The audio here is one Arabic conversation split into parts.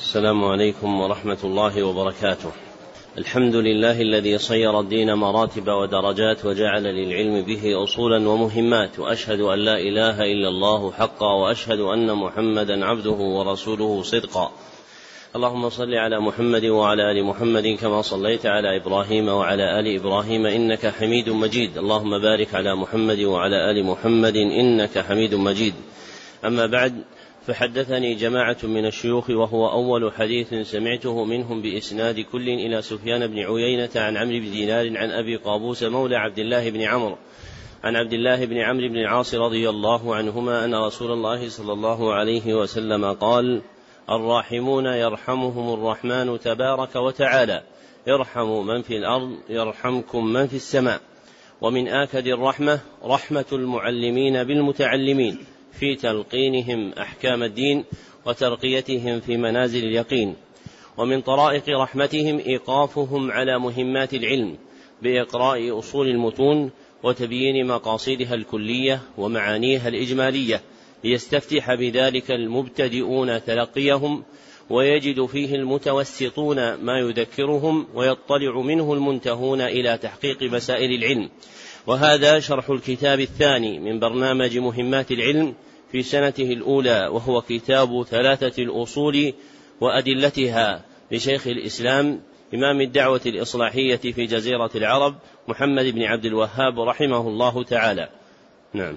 السلام عليكم ورحمة الله وبركاته. الحمد لله الذي صير الدين مراتب ودرجات وجعل للعلم به أصولا ومهمات، وأشهد أن لا إله إلا الله حقا، وأشهد أن محمدا عبده ورسوله صدقا. اللهم صل على محمد وعلى آل محمد كما صليت على إبراهيم وعلى آل إبراهيم إنك حميد مجيد. اللهم بارك على محمد وعلى آل محمد إنك حميد مجيد. أما بعد، فحدثني جماعة من الشيوخ، وهو أول حديث سمعته منهم بإسناد كل إلى سفيان بن عيينة عن عمرو بن دينار عن أبي قابوس مولى عبد الله بن عمرو عن عبد الله بن عمرو بن العاص رضي الله عنهما أن رسول الله صلى الله عليه وسلم قال: الراحمون يرحمهم الرحمن تبارك وتعالى، ارحموا من في الأرض يرحمكم من في السماء. ومن آكد الرحمة رحمة المعلمين بالمتعلمين في تلقينهم أحكام الدين وترقيتهم في منازل اليقين. ومن طرائق رحمتهم إيقافهم على مهمات العلم بإقراء أصول المتون وتبيين مقاصدها الكلية ومعانيها الإجمالية، ليستفتح بذلك المبتدئون تلقيهم، ويجد فيه المتوسطون ما يذكرهم، ويطلع منه المنتهون إلى تحقيق مسائل العلم. وهذا شرح الكتاب الثاني من برنامج مهمات العلم في سنته الأولى، وهو كتاب 3 الأصول وأدلتها لشيخ الإسلام إمام الدعوة الإصلاحية في جزيرة العرب محمد بن عبد الوهاب رحمه الله تعالى. نعم.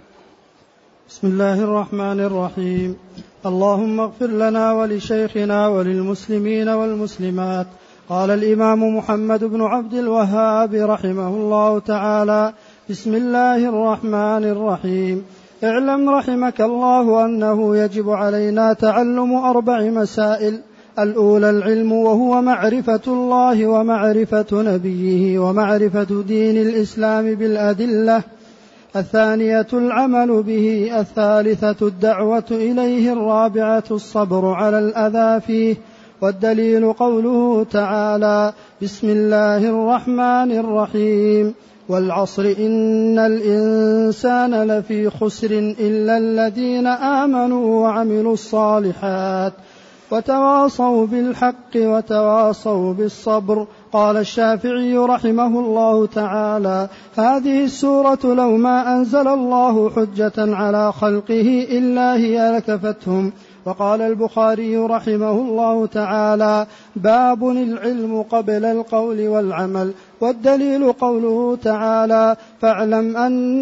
بسم الله الرحمن الرحيم. اللهم اغفر لنا ولشيخنا وللمسلمين والمسلمات. قال الإمام محمد بن عبد الوهاب رحمه الله تعالى: بسم الله الرحمن الرحيم. اعلم رحمك الله أنه يجب علينا تعلم 4 مسائل. الأولى العلم، وهو معرفة الله ومعرفة نبيه ومعرفة دين الإسلام بالأدلة. الثانية العمل به. الثالثة الدعوة إليه. الرابعة الصبر على الأذى فيه. والدليل قوله تعالى: بسم الله الرحمن الرحيم. والعصر إن الإنسان لفي خسر إلا الذين آمنوا وعملوا الصالحات وتواصوا بالحق وتواصوا بالصبر. قال الشافعي رحمه الله تعالى: هذه السورة لو ما أنزل الله حجة على خلقه إلا هي لكفتهم. وقال البخاري رحمه الله تعالى: باب العلم قبل القول والعمل. والدليل قوله تعالى: فاعلم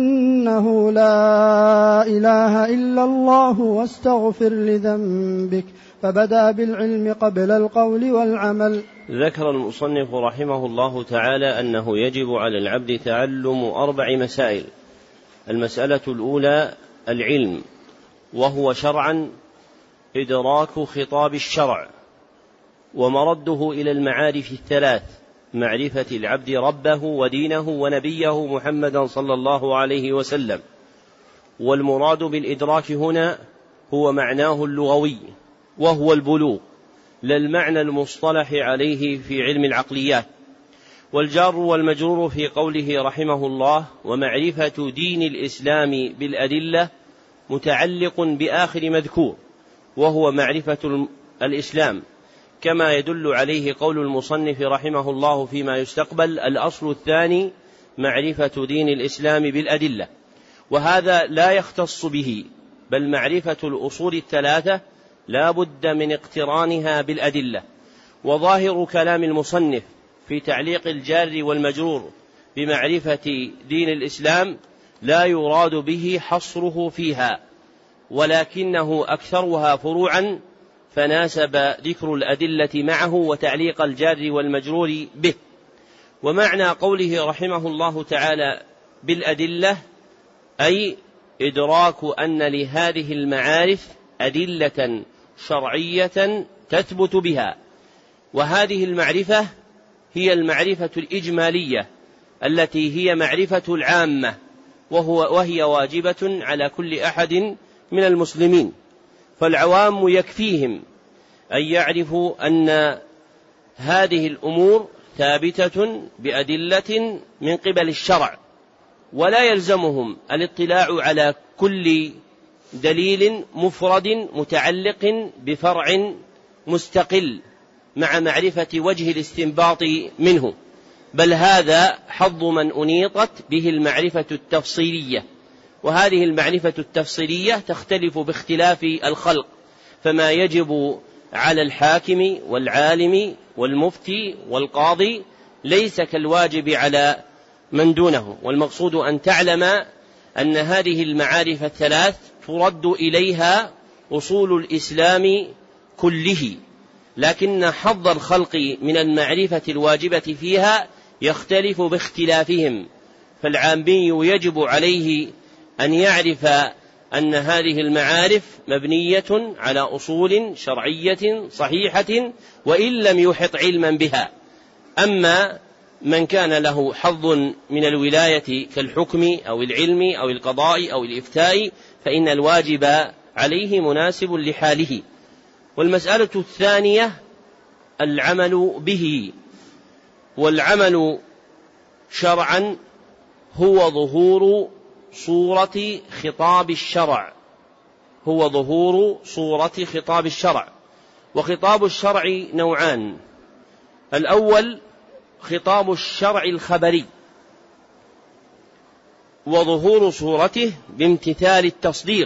أنه لا إله إلا الله واستغفر لذنبك. فبدأ بالعلم قبل القول والعمل. ذكر المصنف رحمه الله تعالى أنه يجب على العبد تعلم 4 مسائل. المسألة الأولى العلم، وهو شرعا إدراك خطاب الشرع، ومرده إلى المعارف 3: معرفة العبد ربه ودينه ونبيه محمدا صلى الله عليه وسلم. والمراد بالإدراك هنا هو معناه اللغوي، وهو البلوغ، لا المعنى المصطلح عليه في علم العقليات. والجار والمجرور في قوله رحمه الله ومعرفة دين الإسلام بالأدلة متعلق بآخر مذكور، وهو معرفة الإسلام، كما يدل عليه قول المصنف رحمه الله فيما يستقبل: الأصل الثاني معرفة دين الإسلام بالأدلة. وهذا لا يختص به، بل معرفة الأصول 3 لا بد من اقترانها بالأدلة. وظاهر كلام المصنف في تعليق الجار والمجرور بمعرفة دين الإسلام لا يراد به حصره فيها، ولكنه أكثرها فروعا، فناسب ذكر الأدلة معه وتعليق الجار والمجرور به. ومعنى قوله رحمه الله تعالى بالأدلة أي إدراك أن لهذه المعارف أدلة شرعية تثبت بها. وهذه المعرفة هي المعرفة الإجمالية التي هي معرفة العامة، وهي واجبة على كل أحد من المسلمين. فالعوام يكفيهم أن يعرفوا أن هذه الأمور ثابتة بأدلة من قبل الشرع، ولا يلزمهم الاطلاع على كل دليل مفرد متعلق بفرع مستقل مع معرفة وجه الاستنباط منه، بل هذا حظ من أنيطت به المعرفة التفصيلية، وهذه المعرفة التفصيلية تختلف باختلاف الخلق، فما يجب على الحاكم والعالم والمفتي والقاضي ليس كالواجب على من دونه. والمقصود أن تعلم أن هذه المعارف الثلاث ترد إليها أصول الإسلام كله، لكن حظ الخلق من المعرفة الواجبة فيها يختلف باختلافهم، فالعامي يجب عليه أن يعرف أن هذه المعارف مبنية على أصول شرعية صحيحة وإن لم يحط علما بها. أما من كان له حظ من الولاية كالحكم أو العلم أو القضاء أو الإفتاء فإن الواجب عليه مناسب لحاله. والمسألة الثانية العمل به. والعمل شرعا هو ظهور صورة خطاب الشرع، هو ظهور صورة خطاب الشرع. وخطاب الشرع نوعان: الأول خطاب الشرع الخبري وظهور صورته بامتثال التصديق،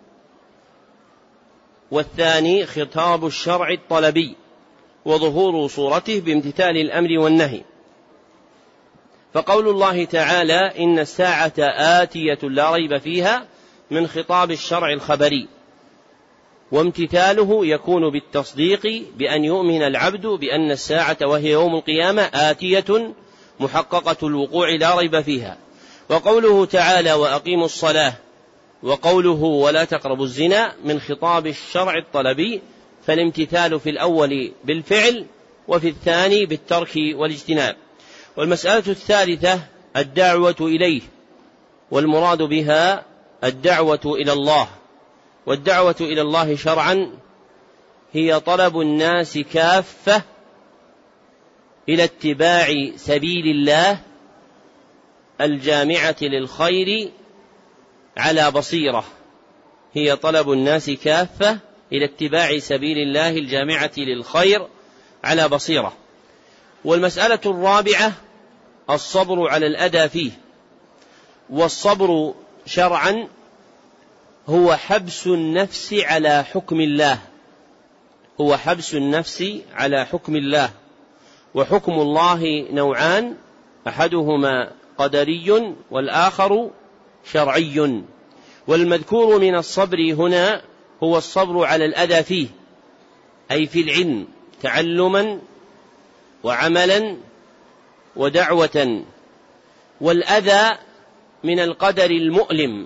والثاني خطاب الشرع الطلبي وظهور صورته بامتثال الأمر والنهي. فقول الله تعالى إن الساعة آتية لا ريب فيها من خطاب الشرع الخبري، وامتثاله يكون بالتصديق بأن يؤمن العبد بأن الساعة وهي يوم القيامة آتية محققة الوقوع لا ريب فيها. وقوله تعالى وأقيموا الصلاة وقوله ولا تقربوا الزنا من خطاب الشرع الطلبي، فالامتثال في الأول بالفعل وفي الثاني بالترك والاجتناب. والمسألة الثالثة الدعوة إليه، والمراد بها الدعوة إلى الله. والدعوة إلى الله شرعا هي طلب الناس كافة إلى اتباع سبيل الله الجامعة للخير على بصيرة، هي طلب الناس كافة إلى اتباع سبيل الله الجامعة للخير على بصيرة. والمسألة الرابعة الصبر على الأذى فيه. والصبر شرعا هو حبس النفس على حكم الله، هو حبس النفس على حكم الله. وحكم الله نوعان: أحدهما قدري والآخر شرعي. والمذكور من الصبر هنا هو الصبر على الأذى فيه، أي في العلم تعلما وعملا ودعوة. والأذى من القدر المؤلم،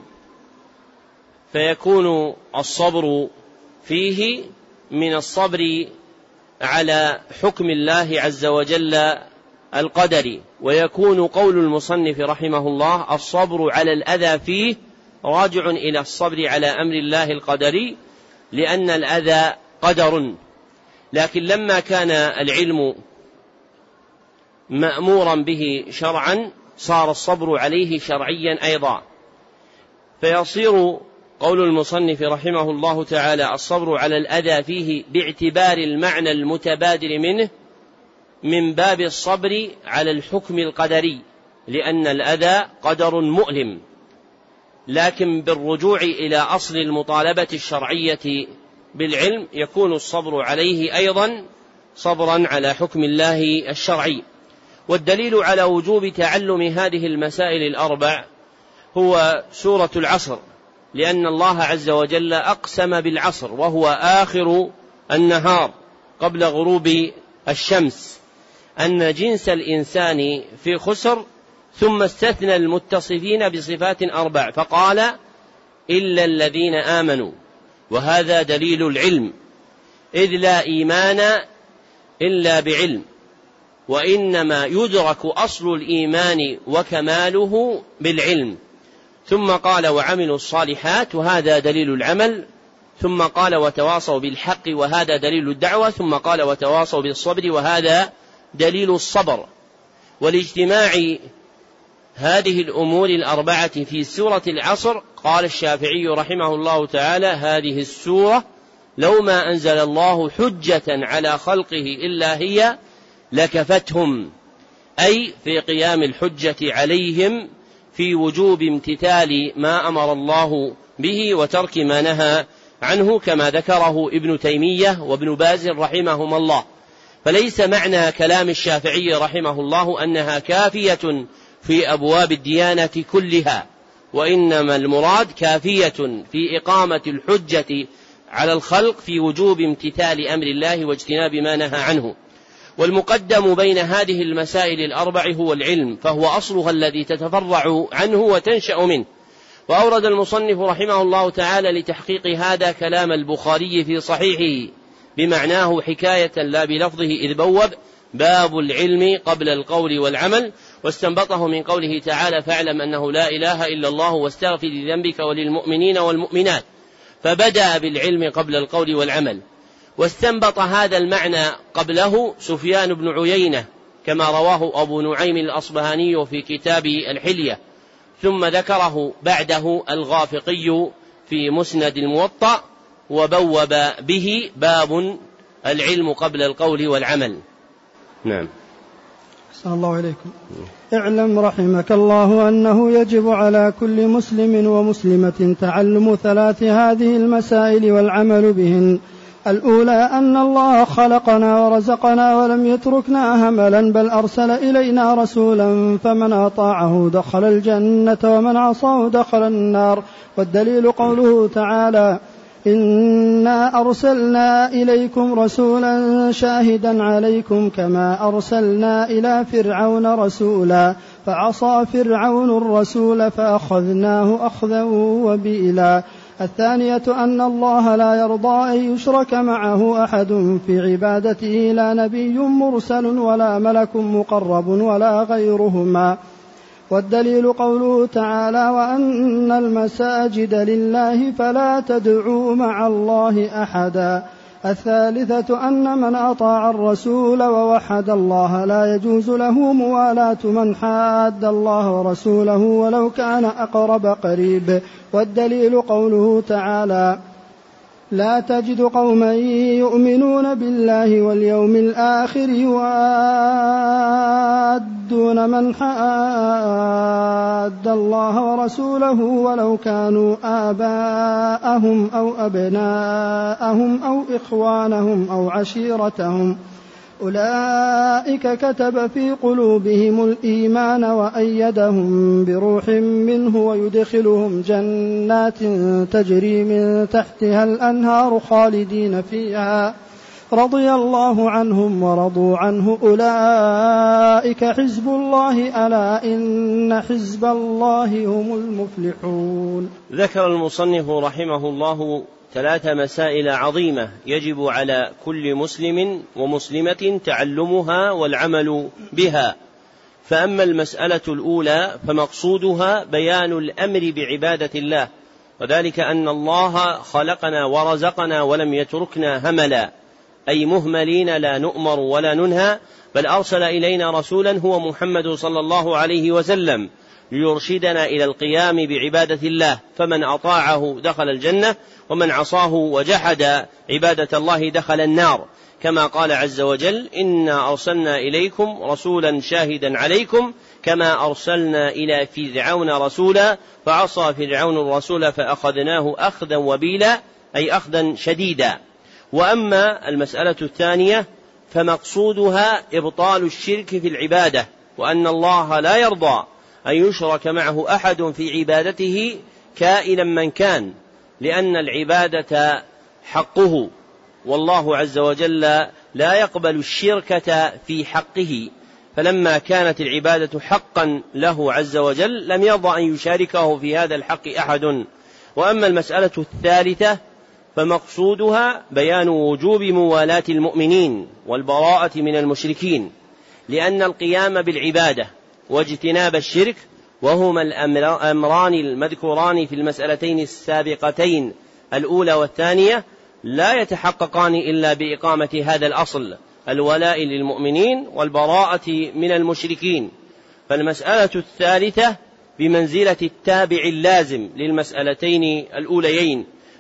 فيكون الصبر فيه من الصبر على حكم الله عز وجل القدري. ويكون قول المصنف رحمه الله الصبر على الأذى فيه راجع إلى الصبر على أمر الله القدري، لأن الأذى قدر. لكن لما كان العلم مأمورا به شرعا صار الصبر عليه شرعيا أيضا، فيصير قول المصنف رحمه الله تعالى الصبر على الأذى فيه باعتبار المعنى المتبادر منه من باب الصبر على الحكم القدري، لأن الأذى قدر مؤلم. لكن بالرجوع إلى أصل المطالبة الشرعية بالعلم يكون الصبر عليه أيضا صبرا على حكم الله الشرعي. والدليل على وجوب تعلم هذه المسائل الأربع هو سورة العصر، لأن الله عز وجل أقسم بالعصر وهو آخر النهار قبل غروب الشمس أن جنس الإنسان في خسر، ثم استثنى المتصفين بصفات أربع فقال إلا الذين آمنوا. وهذا دليل العلم، إذ لا إيمان إلا بعلم، وإنما يدرك أصل الإيمان وكماله بالعلم. ثم قال وعملوا الصالحات، وهذا دليل العمل. ثم قال وتواصوا بالحق، وهذا دليل الدعوة. ثم قال وتواصوا بالصبر، وهذا دليل الصبر. والاجتماع هذه الأمور الأربعة في سورة العصر قال الشافعي رحمه الله تعالى هذه السورة لو ما أنزل الله حجة على خلقه إلا هي لكفتهم، أي في قيام الحجة عليهم في وجوب امتثال ما أمر الله به وترك ما نهى عنه، كما ذكره ابن تيمية وابن باز رحمهما الله. فليس معنى كلام الشافعي رحمه الله أنها كافية في أبواب الديانة كلها، وإنما المراد كافية في إقامة الحجة على الخلق في وجوب امتثال أمر الله واجتناب ما نهى عنه. والمقدم بين هذه المسائل الأربع هو العلم، فهو أصلها الذي تتفرع عنه وتنشأ منه. وأورد المصنف رحمه الله تعالى لتحقيق هذا كلام البخاري في صحيحه بمعناه حكاية لا بلفظه، إذ بوب باب العلم قبل القول والعمل، واستنبطه من قوله تعالى فاعلم أنه لا إله إلا الله واستغفر لذنبك وللمؤمنين والمؤمنات، فبدأ بالعلم قبل القول والعمل. واستنبط هذا المعنى قبله سفيان بن عيينة كما رواه أبو نعيم الأصبهاني في كتاب الحلية، ثم ذكره بعده الغافقي في مسند الموطأ، وبوب به باب العلم قبل القول والعمل. نعم. أحسن الله إليكم. اعلم رحمك الله أنه يجب على كل مسلم ومسلمة تعلم ثلاث هذه المسائل والعمل بهن. الأولى أن الله خلقنا ورزقنا ولم يتركنا هملا، بل أرسل إلينا رسولا فمن أطاعه دخل الجنة ومن عصاه دخل النار. والدليل قوله تعالى إنا أرسلنا إليكم رسولا شاهدا عليكم كما أرسلنا إلى فرعون رسولا فعصى فرعون الرسول فأخذناه أخذا وبيلا. الثانية أن الله لا يرضى أن يشرك معه أحد في عبادته، لا نبي مرسل ولا ملك مقرب ولا غيرهما. والدليل قوله تعالى وأن المساجد لله فلا تدعوا مع الله أحدا. الثالثة أن من أطاع الرسول ووحد الله لا يجوز له موالاة من حاد الله ورسوله ولو كان أقرب قريب. والدليل قوله تعالى لا تجد قوما يؤمنون بالله واليوم الآخر يوادون من حاد الله ورسوله ولو كانوا آباءهم أو أبناءهم أو إخوانهم أو عشيرتهم أولئك كتب في قلوبهم الإيمان وأيدهم بروح منه ويدخلهم جنات تجري من تحتها الأنهار خالدين فيها رضي الله عنهم ورضوا عنه أولئك حزب الله ألا إن حزب الله هم المفلحون. ذكر المصنف رحمه الله ثلاث مسائل عظيمة يجب على كل مسلم ومسلمة تعلمها والعمل بها. فأما المسألة الأولى فمقصودها بيان الأمر بعبادة الله، وذلك أن الله خلقنا ورزقنا ولم يتركنا هملا، أي مهملين لا نؤمر ولا ننهى، بل أرسل إلينا رسولا هو محمد صلى الله عليه وسلم ليرشدنا إلى القيام بعبادة الله، فمن أطاعه دخل الجنة ومن عصاه وجحد عبادة الله دخل النار، كما قال عز وجل إنا أرسلنا إليكم رسولا شاهدا عليكم كما أرسلنا إلى فرعون رسولا فعصى فرعون الرسول فأخذناه أخذا وبيلا، أي أخذا شديدا. وأما المسألة الثانية فمقصودها إبطال الشرك في العبادة، وأن الله لا يرضى أن يشرك معه أحد في عبادته كائنا من كان، لأن العبادة حقه، والله عز وجل لا يقبل الشركة في حقه، فلما كانت العبادة حقا له عز وجل لم يرضى أن يشاركه في هذا الحق أحد. وأما المسألة الثالثة فمقصودها بيان وجوب موالاة المؤمنين والبراءة من المشركين، لأن القيام بالعبادة واجتناب الشرك وهما الأمران المذكوران في المسألتين السابقتين الأولى والثانية لا يتحققان إلا بإقامة هذا الأصل الولاء للمؤمنين والبراءة من المشركين. فالمسألة الثالثة بمنزلة التابع اللازم للمسألتين الأوليين،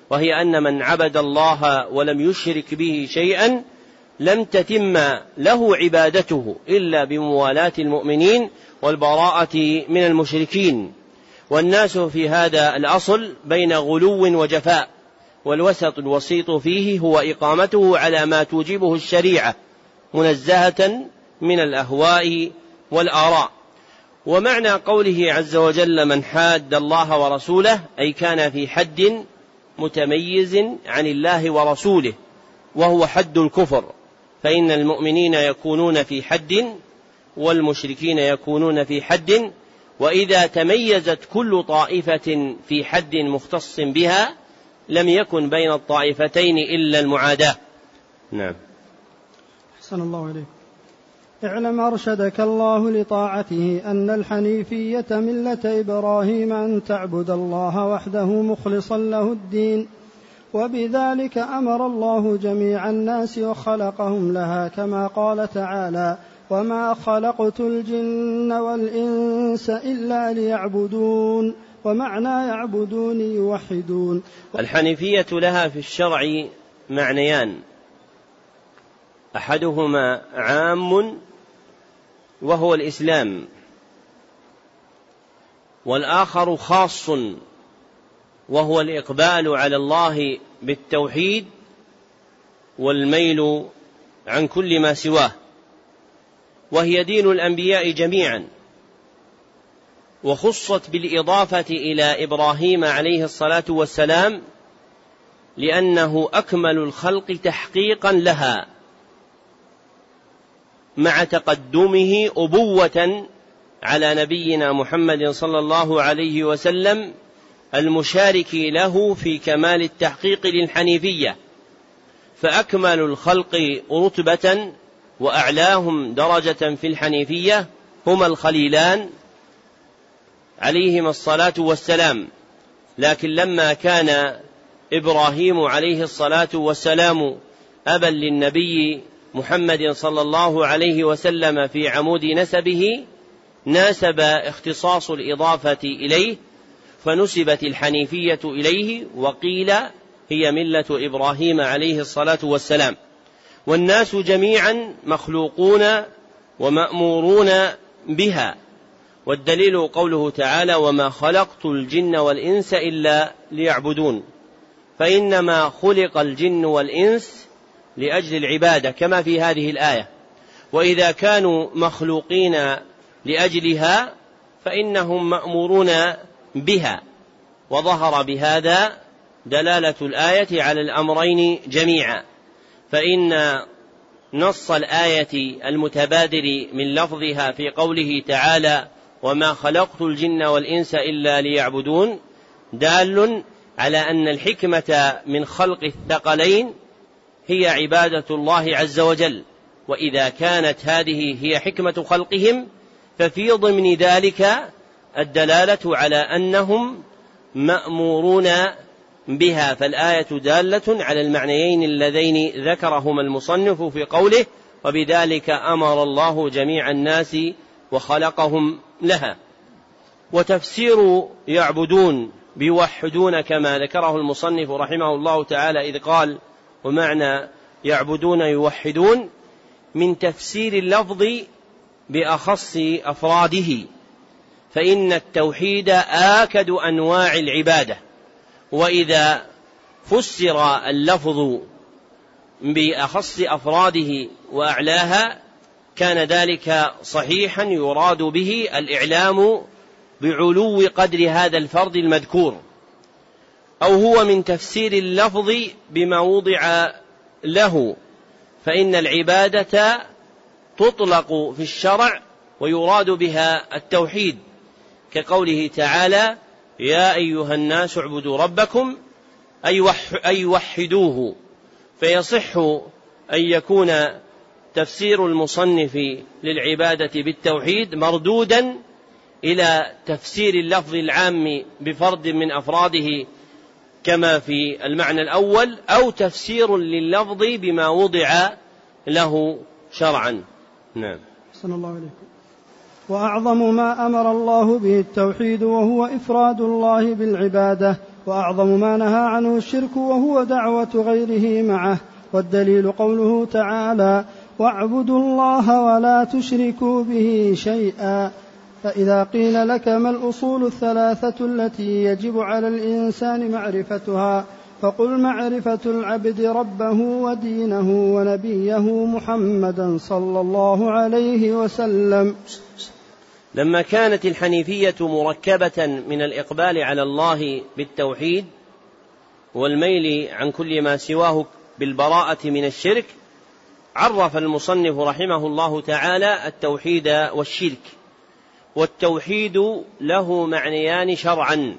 وهي أن من عبد الله ولم يشرك به شيئا لم تتم له عبادته إلا بموالاة المؤمنين والبراءة من المشركين. والناس في هذا الأصل بين غلو وجفاء، والوسط الوسيط فيه هو إقامته على ما توجبه الشريعة منزهة من الأهواء والآراء. ومعنى قوله عز وجل من حاد الله ورسوله أي كان في حد متميز عن الله ورسوله، وهو حد الكفر، فإن المؤمنين يكونون في حد والمشركين يكونون في حد، وإذا تميزت كل طائفة في حد مختص بها لم يكن بين الطائفتين إلا المعاداة. نعم. أحسن الله إليك. اعلم أرشدك الله لطاعته أن الحنيفية ملة إبراهيم أن تعبد الله وحده مخلصا له الدين، وبذلك أمر الله جميع الناس وخلقهم لها، كما قال تعالى وما خلقت الجن والإنس إلا ليعبدون، ومعنى يعبدون يوحدون. الحنيفية لها في الشرع معنيان، أحدهما عام وهو الإسلام، والآخر خاص وهو الإقبال على الله بالتوحيد والميل عن كل ما سواه، وهي دين الأنبياء جميعا، وخصت بالإضافة إلى إبراهيم عليه الصلاة والسلام لأنه أكمل الخلق تحقيقا لها، مع تقدمه أبوة على نبينا محمد صلى الله عليه وسلم المشارك له في كمال التحقيق للحنيفية، فأكمل الخلق رتبة وأعلاهم درجة في الحنيفية هما الخليلان عليهما الصلاة والسلام. لكن لما كان إبراهيم عليه الصلاة والسلام أبا للنبي محمد صلى الله عليه وسلم في عمود نسبه، ناسب اختصاص الإضافة إليه فنسبت الحنيفية إليه، وقيل هي ملة إبراهيم عليه الصلاة والسلام. والناس جميعا مخلوقون ومأمورون بها، والدليل قوله تعالى وما خلقت الجن والإنس إلا ليعبدون، فإنما خلق الجن والإنس لأجل العبادة كما في هذه الآية، وإذا كانوا مخلوقين لأجلها فإنهم مأمورون بها، وظهر بهذا دلالة الآية على الأمرين جميعا، فإن نص الآية المتبادر من لفظها في قوله تعالى وما خلقت الجن والإنس إلا ليعبدون دال على أن الحكمة من خلق الثقلين هي عبادة الله عز وجل، وإذا كانت هذه هي حكمة خلقهم ففي ضمن ذلك الدلالة على أنهم مأمورون بها، فالآية دالة على المعنيين اللذين ذكرهما المصنف في قوله وبذلك أمر الله جميع الناس وخلقهم لها. وتفسير يعبدون بيوحدون كما ذكره المصنف رحمه الله تعالى إذ قال ومعنى يعبدون يوحدون من تفسير اللفظ بأخص أفراده، فإن التوحيد آكد أنواع العبادة، وإذا فسر اللفظ بأخص أفراده وأعلاها كان ذلك صحيحا، يراد به الإعلام بعلو قدر هذا الفرد المذكور، أو هو من تفسير اللفظ بما وضع له، فإن العبادة تطلق في الشرع ويراد بها التوحيد، كقوله تعالى يا أيها الناس اعبدوا ربكم أي وحدوه، فيصح أن يكون تفسير المصنف للعبادة بالتوحيد مردودا إلى تفسير اللفظ العام بفرد من أفراده كما في المعنى الأول، أو تفسير لللفظ بما وضع له شرعا. نعم. أحسن الله عليكم. وأعظم ما أمر الله به التوحيد، وهو إفراد الله بالعبادة وأعظم ما نهى عنه الشرك وهو دعوة غيره معه. والدليل قوله تعالى: واعبدوا الله ولا تشركوا به شيئا. فإذا قيل لك ما الأصول الثلاثة التي يجب على الإنسان معرفتها، فقل معرفة العبد ربه ودينه ونبيه محمدا صلى الله عليه وسلم. لما كانت الحنيفية مركبة من الإقبال على الله بالتوحيد والميل عن كل ما سواه بالبراءة من الشرك، عرف المصنف رحمه الله تعالى التوحيد والشرك. والتوحيد له معنيان شرعا: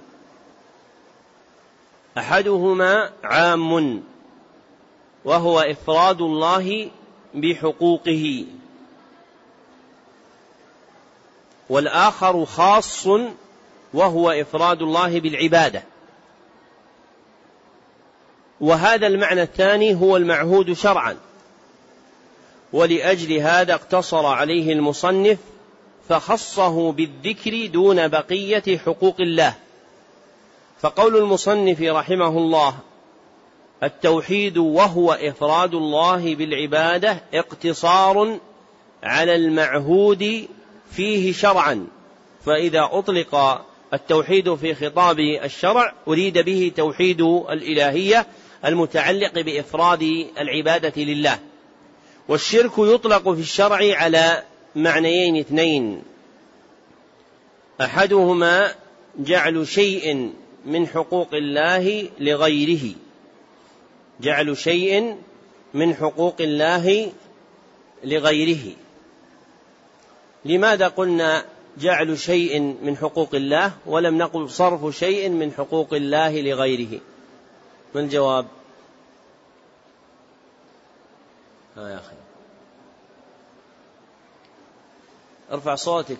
أحدهما عام وهو إفراد الله بحقوقه، والآخر خاص وهو إفراد الله بالعبادة. وهذا المعنى الثاني هو المعهود شرعا، ولأجل هذا اقتصر عليه المصنف فخصه بالذكر دون بقية حقوق الله. فقول المصنف رحمه الله التوحيد وهو إفراد الله بالعبادة اقتصار على المعهود فيه شرعا، فإذا أطلق التوحيد في خطاب الشرع أريد به توحيد الإلهية المتعلق بإفراد العبادة لله. والشرك يطلق في الشرع على معنيين اثنين: أحدهما جعل شيء من حقوق الله لغيره، جعل شيء من حقوق الله لغيره. لماذا قلنا جعل شيء من حقوق الله ولم نقل صرف شيء من حقوق الله لغيره؟ ما الجواب؟ يا أخي ارفع صوتك.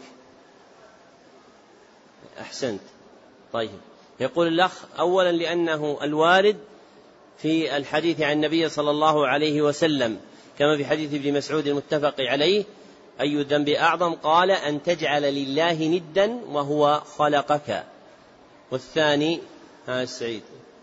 أحسنت. طيب، يقول الأخ: أولا لأنه الوارد في الحديث عن النبي صلى الله عليه وسلم كما في حديث ابن مسعود المتفق عليه: أي الذنب أعظم؟ قال: أن تجعل لله ندا وهو خلقك. والثاني السعيد.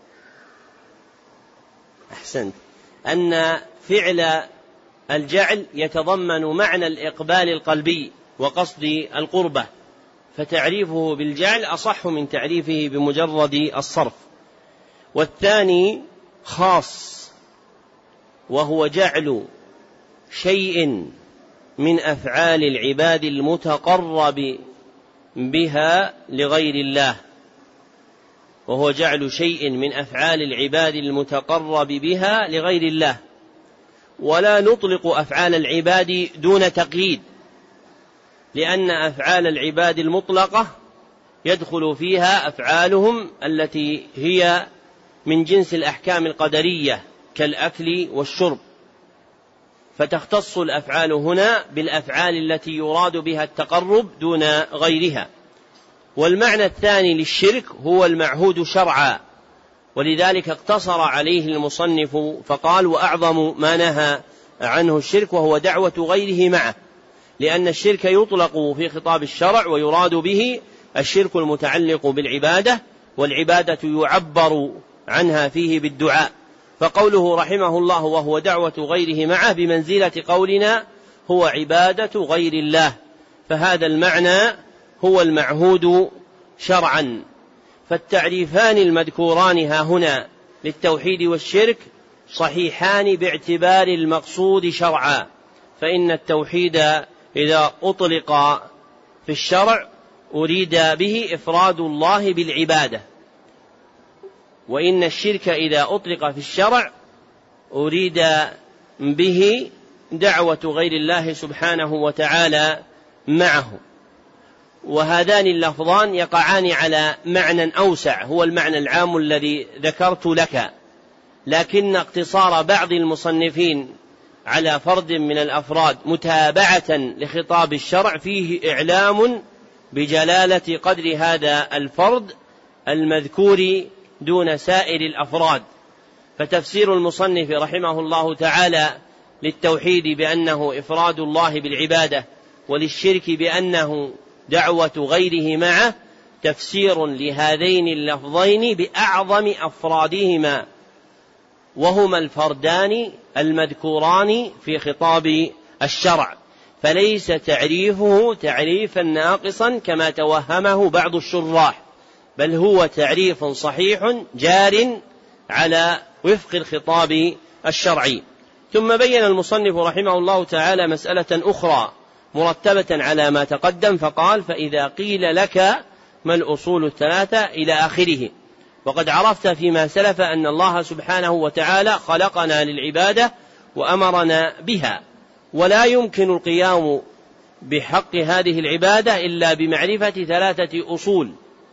أحسنت. أن فعل الجعل يتضمن معنى الإقبال القلبي وقصد القربة، فتعريفه بالجعل أصح من تعريفه بمجرد الصرف. والثاني خاص، وهو جعل شيء من أفعال العباد المتقرب بها لغير الله، وهو جعل شيء من أفعال العباد المتقرب بها لغير الله. ولا نطلق أفعال العباد دون تقييد، لأن أفعال العباد المطلقة يدخل فيها أفعالهم التي هي من جنس الأحكام القدرية كالأكل والشرب، فتختص الأفعال هنا بالأفعال التي يراد بها التقرب دون غيرها. والمعنى الثاني للشرك هو المعهود شرعا، ولذلك اقتصر عليه المصنف فقال: وأعظم ما نهى عنه الشرك وهو دعوة غيره معه، لأن الشرك يطلق في خطاب الشرع ويراد به الشرك المتعلق بالعبادة، والعبادة يعبر عنها فيه بالدعاء. فقوله رحمه الله وهو دعوة غيره معه بمنزلة قولنا هو عبادة غير الله، فهذا المعنى هو المعهود شرعا. فالتعريفان المذكوران هاهنا للتوحيد والشرك صحيحان باعتبار المقصود شرعا، فإن التوحيد إذا أطلق في الشرع أريد به إفراد الله بالعبادة، وإن الشرك إذا أطلق في الشرع أريد به دعوة غير الله سبحانه وتعالى معه. وهذان اللفظان يقعان على معنى أوسع هو المعنى العام الذي ذكرت لك، لكن اقتصار بعض المصنفين على فرد من الأفراد متابعة لخطاب الشرع فيه إعلام بجلالة قدر هذا الفرد المذكور دون سائر الأفراد. فتفسير المصنف رحمه الله تعالى للتوحيد بأنه إفراد الله بالعبادة، وللشرك بأنه دعوة غيره معه، تفسير لهذين اللفظين بأعظم أفرادهما، وهما الفردان المذكوران في خطاب الشرع، فليس تعريفه تعريفا ناقصا كما توهمه بعض الشراح، بل هو تعريف صحيح جار على وفق الخطاب الشرعي. ثم بين المصنف رحمه الله تعالى مسألة أخرى مرتبة على ما تقدم، فقال: فإذا قيل لك ما الأصول الثلاثة إلى آخره. وقد عرفت فيما سلف أن الله سبحانه وتعالى خلقنا للعبادة وأمرنا بها، ولا يمكن القيام بحق هذه العبادة إلا بمعرفة ثلاثة أصول: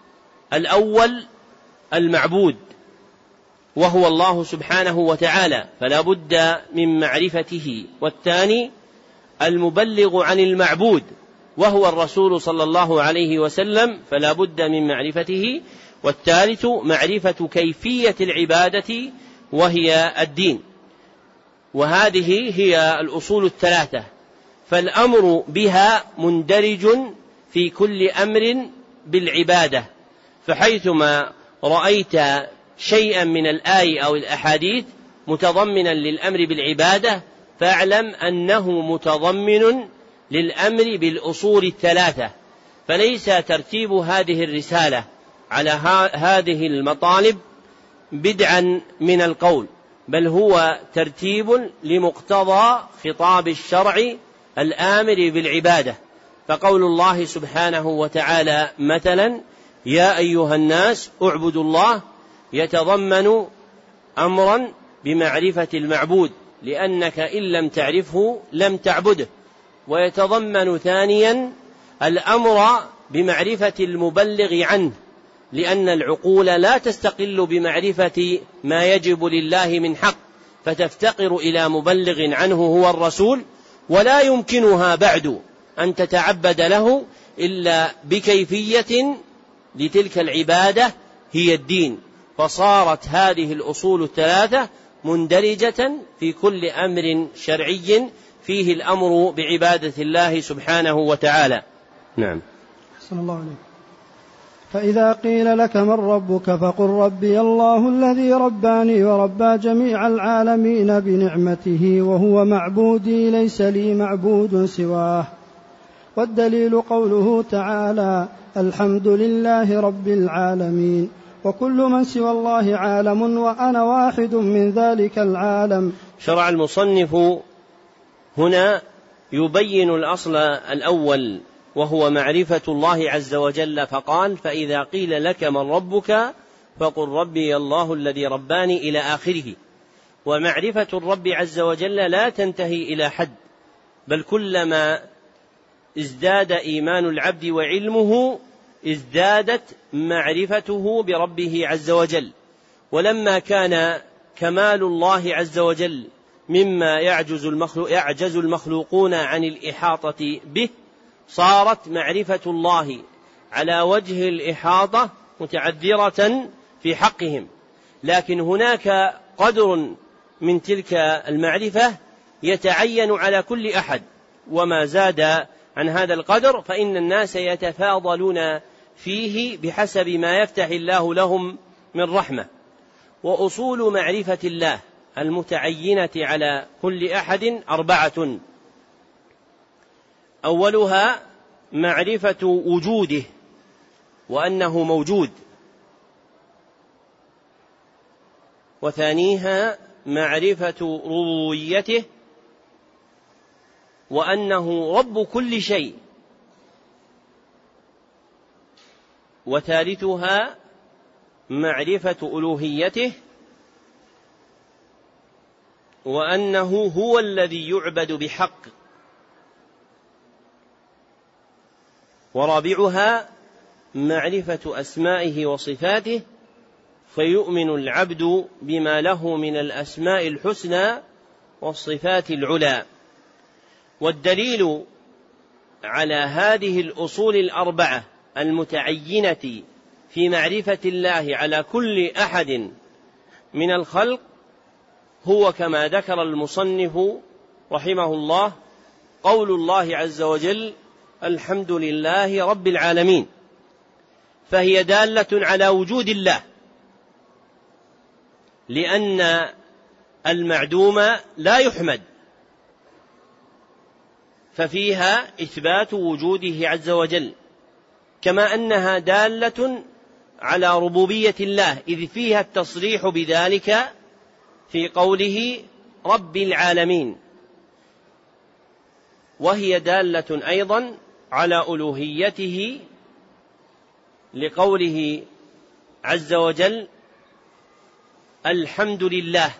الأول المعبود وهو الله سبحانه وتعالى، فلا بد من معرفته. والثاني المبلغ عن المعبود وهو الرسول صلى الله عليه وسلم، فلا بد من معرفته. والثالث معرفة كيفية العبادة وهي الدين. وهذه هي الأصول الثلاثة، فالأمر بها مندرج في كل أمر بالعبادة، فحيثما رأيت شيئا من الآي أو الأحاديث متضمنا للأمر بالعبادة فاعلم أنه متضمن للأمر بالأصول الثلاثة. فليس ترتيب هذه الرسالة على هذه المطالب بدعا من القول، بل هو ترتيب لمقتضى خطاب الشرع الآمر بالعبادة. فقول الله سبحانه وتعالى مثلا: يا أيها الناس اعبدوا الله، يتضمن أمرا بمعرفة المعبود، لأنك إن لم تعرفه لم تعبده. ويتضمن ثانيا الأمر بمعرفة المبلغ عنه، لأن العقول لا تستقل بمعرفة ما يجب لله من حق، فتفتقر إلى مبلغ عنه هو الرسول، ولا يمكنها بعد أن تتعبد له إلا بكيفية لتلك العبادة هي الدين. فصارت هذه الأصول الثلاثة مندرجة في كل أمر شرعي فيه الأمر بعبادة الله سبحانه وتعالى. نعم. أحسن الله عليك. فإذا قيل لك من ربك فقل ربي الله الذي رباني وربى جميع العالمين بنعمته وهو معبودي ليس لي معبود سواه. والدليل قوله تعالى: الحمد لله رب العالمين، وكل من سوى الله عالم وأنا واحد من ذلك العالم. شرع المصنف هنا يبين الأصل الأول وهو معرفة الله عز وجل، فقال: فإذا قيل لك من ربك فقل ربي الله الذي رباني إلى آخره. ومعرفة الرب عز وجل لا تنتهي إلى حد، بل كلما ازداد إيمان العبد وعلمه ازدادت معرفته بربه عز وجل. ولما كان كمال الله عز وجل مما يعجز المخلوقون عن الإحاطة به، صارت معرفة الله على وجه الإحاطة متعذرة في حقهم. لكن هناك قدر من تلك المعرفة يتعين على كل أحد، وما زاد عن هذا القدر فإن الناس يتفاضلون فيه بحسب ما يفتح الله لهم من رحمة. وأصول معرفة الله المتعينة على كل أحد 4: أولها معرفة وجوده وأنه موجود، وثانيها معرفة ربوبيته وأنه رب كل شيء، وثالثها معرفة ألوهيته وأنه هو الذي يعبد بحق، ورابعها معرفة أسمائه وصفاته، فيؤمن العبد بما له من الأسماء الحسنى والصفات العلى. والدليل على هذه الأصول 4 المتعينة في معرفة الله على كل أحد من الخلق هو كما ذكر المصنف رحمه الله قول الله عز وجل: الحمد لله رب العالمين. فهي دالة على وجود الله، لأن المعدوم لا يحمد، ففيها إثبات وجوده عز وجل، كما أنها دالة على ربوبية الله، إذ فيها التصريح بذلك في قوله رب العالمين. وهي دالة أيضا على ألوهيته، لقوله عز وجل الحمد لله.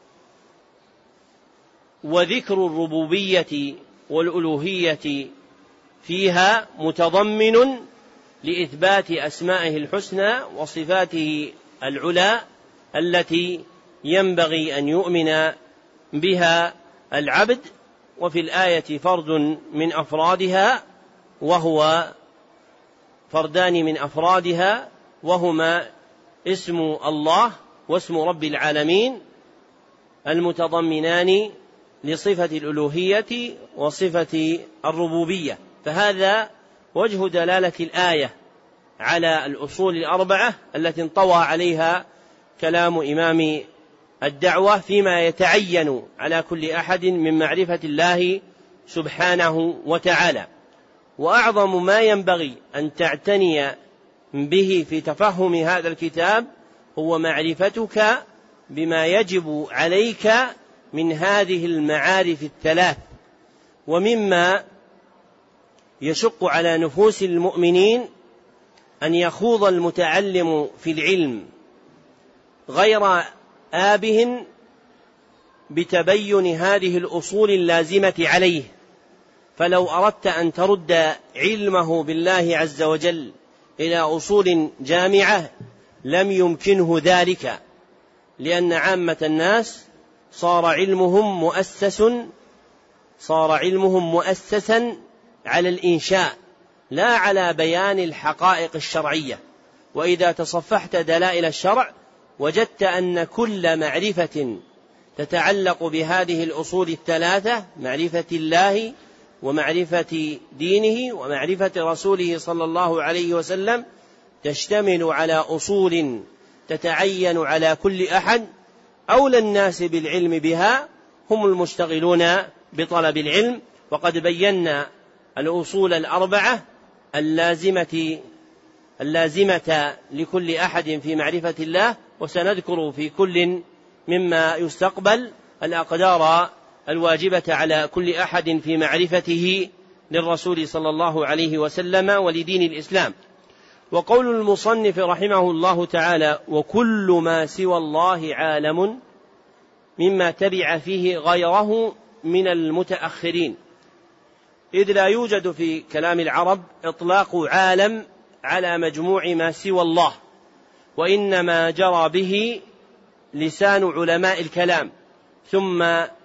وذكر الربوبية والألوهية فيها متضمن لإثبات أسمائه الحسنى وصفاته العلى التي ينبغي أن يؤمن بها العبد. وفي الآية فرد من أفرادها، وهو فردان من أفرادها، وهما اسم الله واسم رب العالمين، المتضمنان لصفة الألوهية وصفة الربوبية. فهذا وجه دلالة الآية على الأصول الأربعة التي انطوى عليها كلام إمام الدعوة فيما يتعين على كل أحد من معرفة الله سبحانه وتعالى. وأعظم ما ينبغي أن تعتني به في تفهم هذا الكتاب هو معرفتك بما يجب عليك من هذه المعارف الثلاث. ومما يشق على نفوس المؤمنين أن يخوض المتعلم في العلم غير آبه بتبين هذه الأصول اللازمة عليه. فلو أردت أن ترد علمه بالله عز وجل إلى أصول جامعة لم يمكنه ذلك، لأن عامة الناس صار علمهم مؤسسا على الإنشاء لا على بيان الحقائق الشرعية. وإذا تصفحت دلائل الشرع وجدت أن كل معرفة تتعلق بهذه الأصول الثلاثة، معرفة الله ومعرفة دينه ومعرفة رسوله صلى الله عليه وسلم، تشتمل على أصول تتعين على كل أحد. أولى الناس بالعلم بها هم المشتغلون بطلب العلم. وقد بينا الأصول الأربعة اللازمة لكل أحد في معرفة الله، وسنذكر في كل مما يستقبل الأقدار الواجبة على كل أحد في معرفته للرسول صلى الله عليه وسلم ولدين الإسلام. وقول المصنف رحمه الله تعالى وكل ما سوى الله عالم مما تبع فيه غيره من المتأخرين، إذ لا يوجد في كلام العرب إطلاق عالم على مجموع ما سوى الله، وإنما جرى به لسان علماء الكلام ثم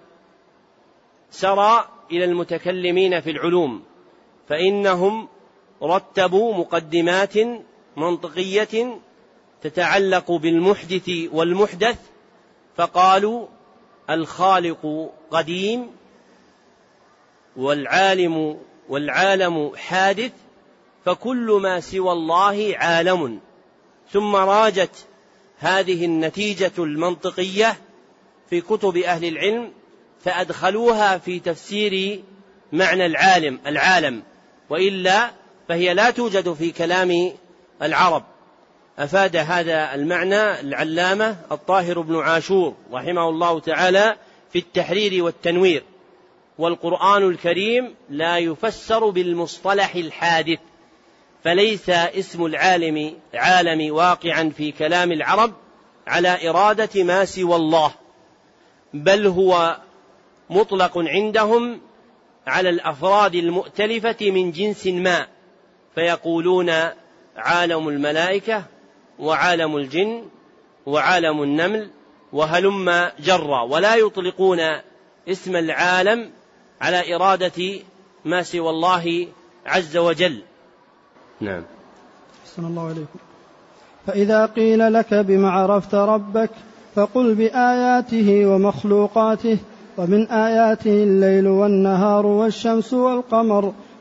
سرى إلى المتكلمين في العلوم، فإنهم رتبوا مقدمات منطقية تتعلق بالمحدث والمحدث، فقالوا الخالق قديم والعالم حادث، فكل ما سوى الله عالم. ثم راجت هذه النتيجة المنطقية في كتب أهل العلم فأدخلوها في تفسير معنى العالم، وإلا فهي لا توجد في كلام العرب. أفاد هذا المعنى العلامة الطاهر بن عاشور رحمه الله تعالى في التحرير والتنوير. والقرآن الكريم لا يفسر بالمصطلح الحادث، فليس اسم عالم واقعا في كلام العرب على إرادة ما سوى الله، بل هو مطلق عندهم على الأفراد المؤتلفة من جنس ما، فيقولون عالم الملائكة وعالم الجن وعالم النمل وهلم جرا، ولا يطلقون اسم العالم على إرادة ما سوى الله عز وجل. نعم. أحسن الله عليكم. فإذا قيل لك بما عرفت ربك فقل بآياته ومخلوقاته، ومن آياته الليل والنهار والشمس والقمر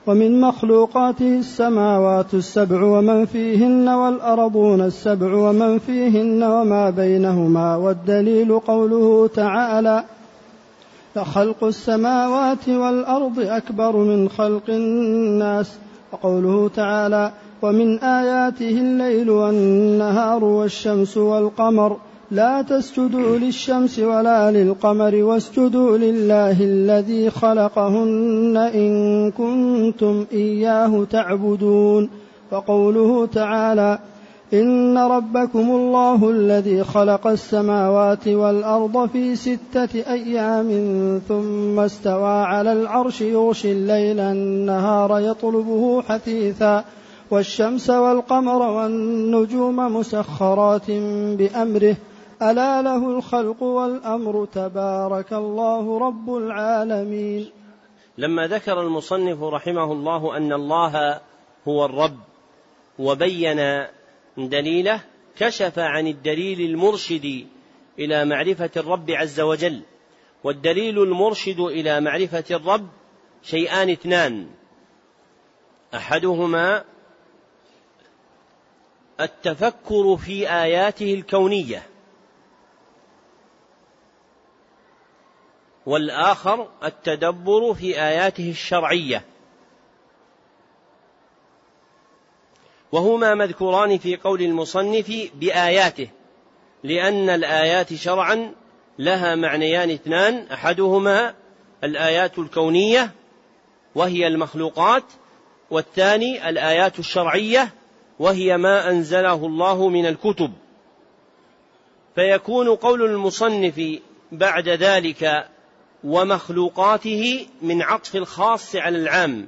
ومن مخلوقاته السماوات السبع ومن فيهن والأرضون السبع ومن فيهن وما بينهما. والدليل قوله تعالى: لخلق السماوات والأرض أكبر من خلق الناس. وقوله تعالى: ومن آياته الليل والنهار والشمس والقمر لا تسجدوا للشمس ولا للقمر واسجدوا لله الذي خلقهن إن كنتم إياه تعبدون. وقوله تعالى: إن ربكم الله الذي خلق السماوات والأرض في 6 أيام ثم استوى على العرش يغشي الليل النهار يطلبه حثيثا والشمس والقمر والنجوم مسخرات بأمره ألا له الخلق والأمر تبارك الله رب العالمين. لما ذكر المصنف رحمه الله أن الله هو الرب وبين دليله، كشف عن الدليل المرشد إلى معرفة الرب عز وجل. والدليل المرشد إلى معرفة الرب شيئان اثنان: أحدهما التفكر في آياته الكونية، والآخر التدبر في آياته الشرعية، وهما مذكوران في قول المصنف بآياته، لأن الآيات شرعا لها معنيان اثنان: أحدهما الآيات الكونية وهي المخلوقات، والثاني الآيات الشرعية وهي ما أنزله الله من الكتب. فيكون قول المصنف بعد ذلك ومخلوقاته من عطف الخاص على العام،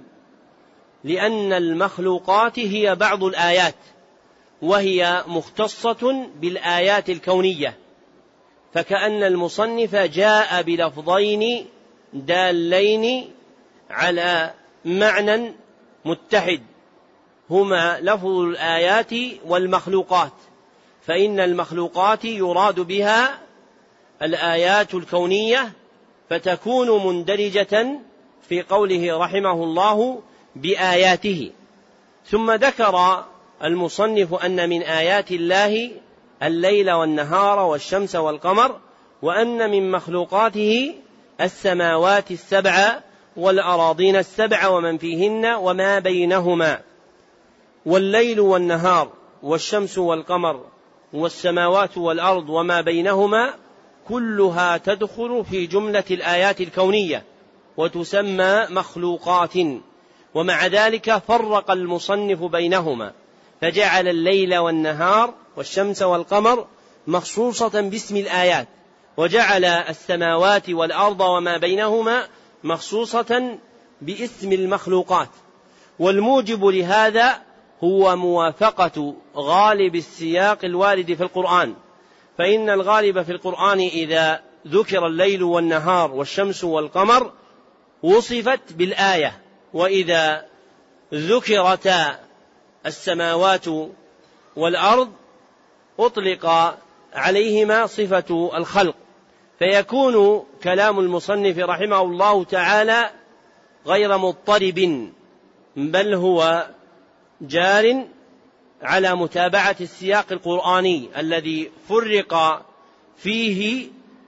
لأن المخلوقات هي بعض الآيات وهي مختصة بالآيات الكونية، فكأن المصنف جاء بلفظين دالين على معنى متحد، هما لفظ الآيات والمخلوقات، فإن المخلوقات يراد بها الآيات الكونية، فتكون مندرجة في قوله رحمه الله بآياته. ثم ذكر المصنف أن من آيات الله الليل والنهار والشمس والقمر، وأن من مخلوقاته السماوات السبع والأراضين السبع ومن فيهن وما بينهما. والليل والنهار والشمس والقمر والسماوات والأرض وما بينهما كلها تدخل في جملة الآيات الكونية وتسمى مخلوقات. ومع ذلك فرق المصنف بينهما، فجعل الليل والنهار والشمس والقمر مخصوصة باسم الآيات، وجعل السماوات والأرض وما بينهما مخصوصة باسم المخلوقات. والموجب لهذا هو موافقة غالب السياق الوارد في القرآن، فإن الغالب في القرآن إذا ذكر الليل والنهار والشمس والقمر وصفت بالآية، وإذا ذكرتا السماوات والأرض أطلق عليهما صفة الخلق. فيكون كلام المصنف رحمه الله تعالى غير مضطرب، بل هو جار على متابعة السياق القرآني الذي فرق فيه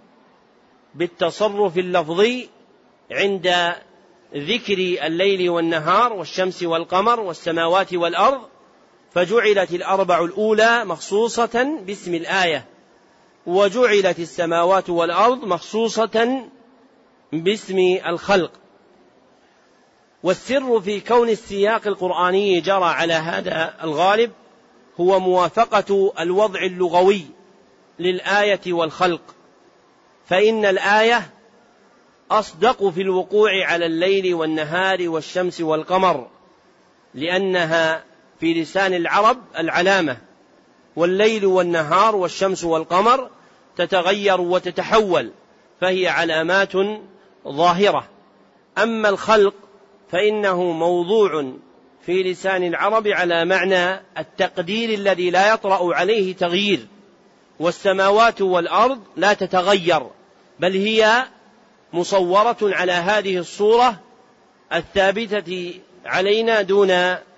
بالتصرف اللفظي عند ذكر الليل والنهار والشمس والقمر والسماوات والأرض، فجعلت الأربع الأولى مخصوصة باسم الآية، وجعلت السماوات والأرض مخصوصة باسم الخلق. والسر في كون السياق القرآني جرى على هذا الغالب هو موافقة الوضع اللغوي للآية والخلق، فإن الآية أصدق في الوقوع على الليل والنهار والشمس والقمر، لأنها في لسان العرب العلامة، والليل والنهار والشمس والقمر تتغير وتتحول، فهي علامات ظاهرة. أما الخلق فإنه موضوع في لسان العرب على معنى التقدير الذي لا يطرأ عليه تغيير، والسماوات والأرض لا تتغير، بل هي مصورة على هذه الصورة الثابتة علينا دون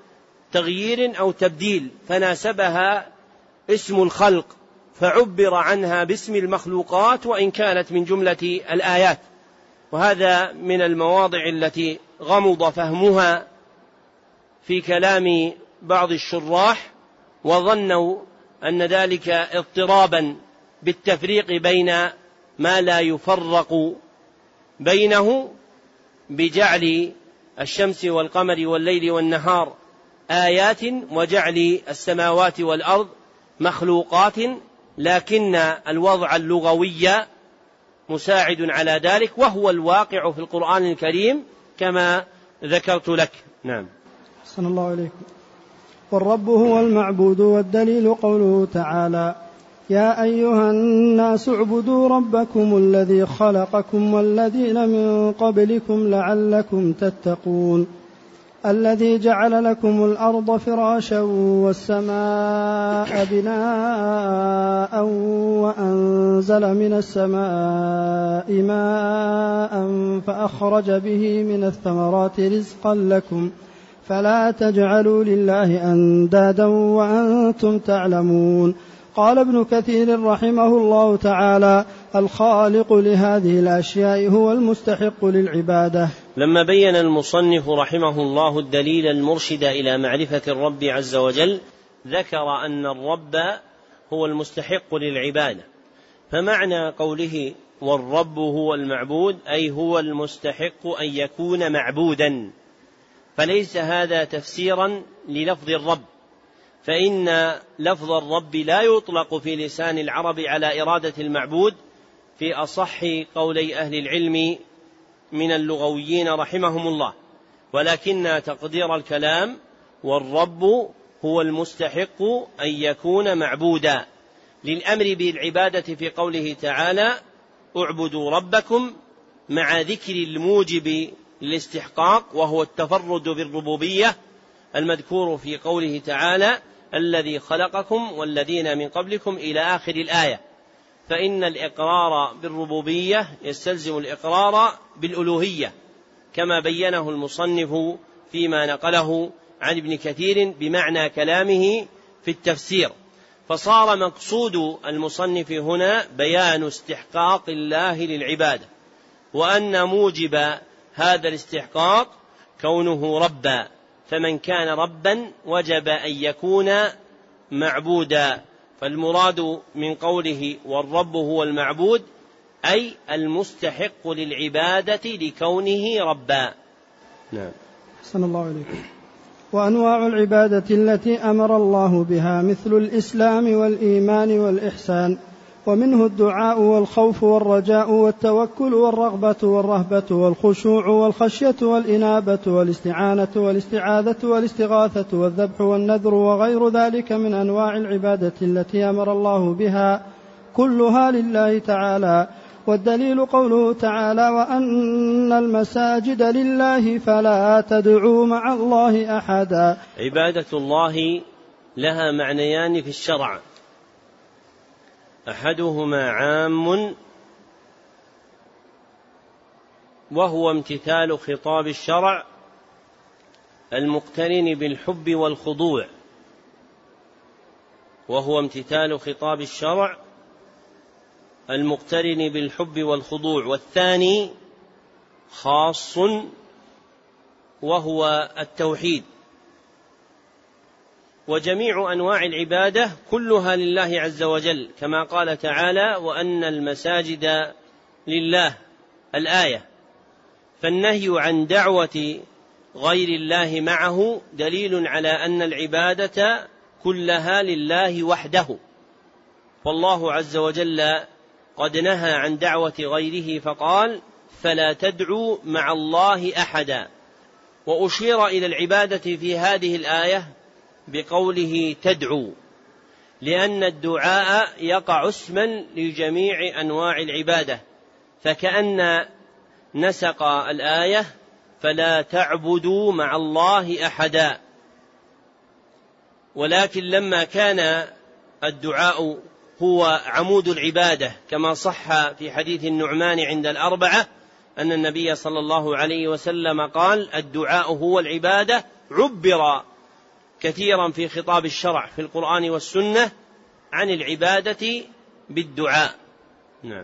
تغيير أو تبديل، فناسبها اسم الخلق فعبر عنها باسم المخلوقات وإن كانت من جملة الآيات. وهذا من المواضع التي غمض فهمها في كلام بعض الشراح، وظنوا أن ذلك اضطرابا بالتفريق بين ما لا يفرق بينه بجعل الشمس والقمر والليل والنهار آيات وجعل السماوات والأرض مخلوقات، لكن الوضع اللغوي مساعد على ذلك، وهو الواقع في القرآن الكريم كما ذكرت لك. نعم. أحسن الله عليكم. والرب هو المعبود، والدليل قوله تعالى: يا أيها الناس اعبدوا ربكم الذي خلقكم والذين من قبلكم لعلكم تتقون، الذي جعل لكم الأرض فراشا والسماء بناء وأنزل من السماء ماء فأخرج به من الثمرات رزقا لكم فلا تجعلوا لله أندادا وأنتم تعلمون. قال ابن كثير رحمه الله تعالى: الخالق لهذه الأشياء هو المستحق للعبادة. لما بين المصنف رحمه الله الدليل المرشد إلى معرفة الرب عز وجل، ذكر أن الرب هو المستحق للعبادة. فمعنى قوله والرب هو المعبود أي هو المستحق أن يكون معبودا، فليس هذا تفسيرا للفظ الرب، فإن لفظ الرب لا يطلق في لسان العرب على إرادة المعبود في أصح قولي أهل العلم من اللغويين رحمهم الله، ولكن تقدير الكلام والرب هو المستحق أن يكون معبودا، للأمر بالعبادة في قوله تعالى: اعبدوا ربكم، مع ذكر الموجب للاستحقاق وهو التفرد بالربوبية المذكور في قوله تعالى: الذي خلقكم والذين من قبلكم إلى آخر الآية. فإن الإقرار بالربوبية يستلزم الإقرار بالألوهية كما بينه المصنف فيما نقله عن ابن كثير بمعنى كلامه في التفسير. فصار مقصود المصنف هنا بيان استحقاق الله للعبادة، وأن موجب هذا الاستحقاق كونه ربا، فمن كان ربا وجب أن يكون معبودا. فالمراد من قوله والرب هو المعبود أي المستحق للعبادة لكونه ربا. نعم. أحسن الله عليكم. وأنواع العبادة التي أمر الله بها مثل الإسلام والإيمان والإحسان، ومنه الدعاء والخوف والرجاء والتوكل والرغبة والرهبة والخشوع والخشية والإنابة والاستعانة والاستعاذة والاستغاثة والذبح والنذر وغير ذلك من أنواع العبادة التي أمر الله بها، كلها لله تعالى. والدليل قوله تعالى: وأن المساجد لله فلا تدعوا مع الله أحدا. عبادة الله لها معنيان في الشرع، أحدهما عام وهو امتثال خطاب الشرع المقترن بالحب والخضوع، والثاني خاص وهو التوحيد. وجميع أنواع العبادة كلها لله عز وجل، كما قال تعالى: وأن المساجد لله الآية. فالنهي عن دعوة غير الله معه دليل على أن العبادة كلها لله وحده، والله عز وجل قد نهى عن دعوة غيره فقال: فلا تدعوا مع الله أحدا. وأشير إلى العبادة في هذه الآية بقوله تدعو، لأن الدعاء يقع اسما لجميع أنواع العبادة، فكأن نسق الآية فلا تعبدوا مع الله أحدا. ولكن لما كان الدعاء هو عمود العبادة كما صح في حديث النعمان عند الأربعة، أن النبي صلى الله عليه وسلم قال: الدعاء هو العبادة. عبر كثيرا في خطاب الشرع في القرآن والسنة عن العبادة بالدعاء. نعم.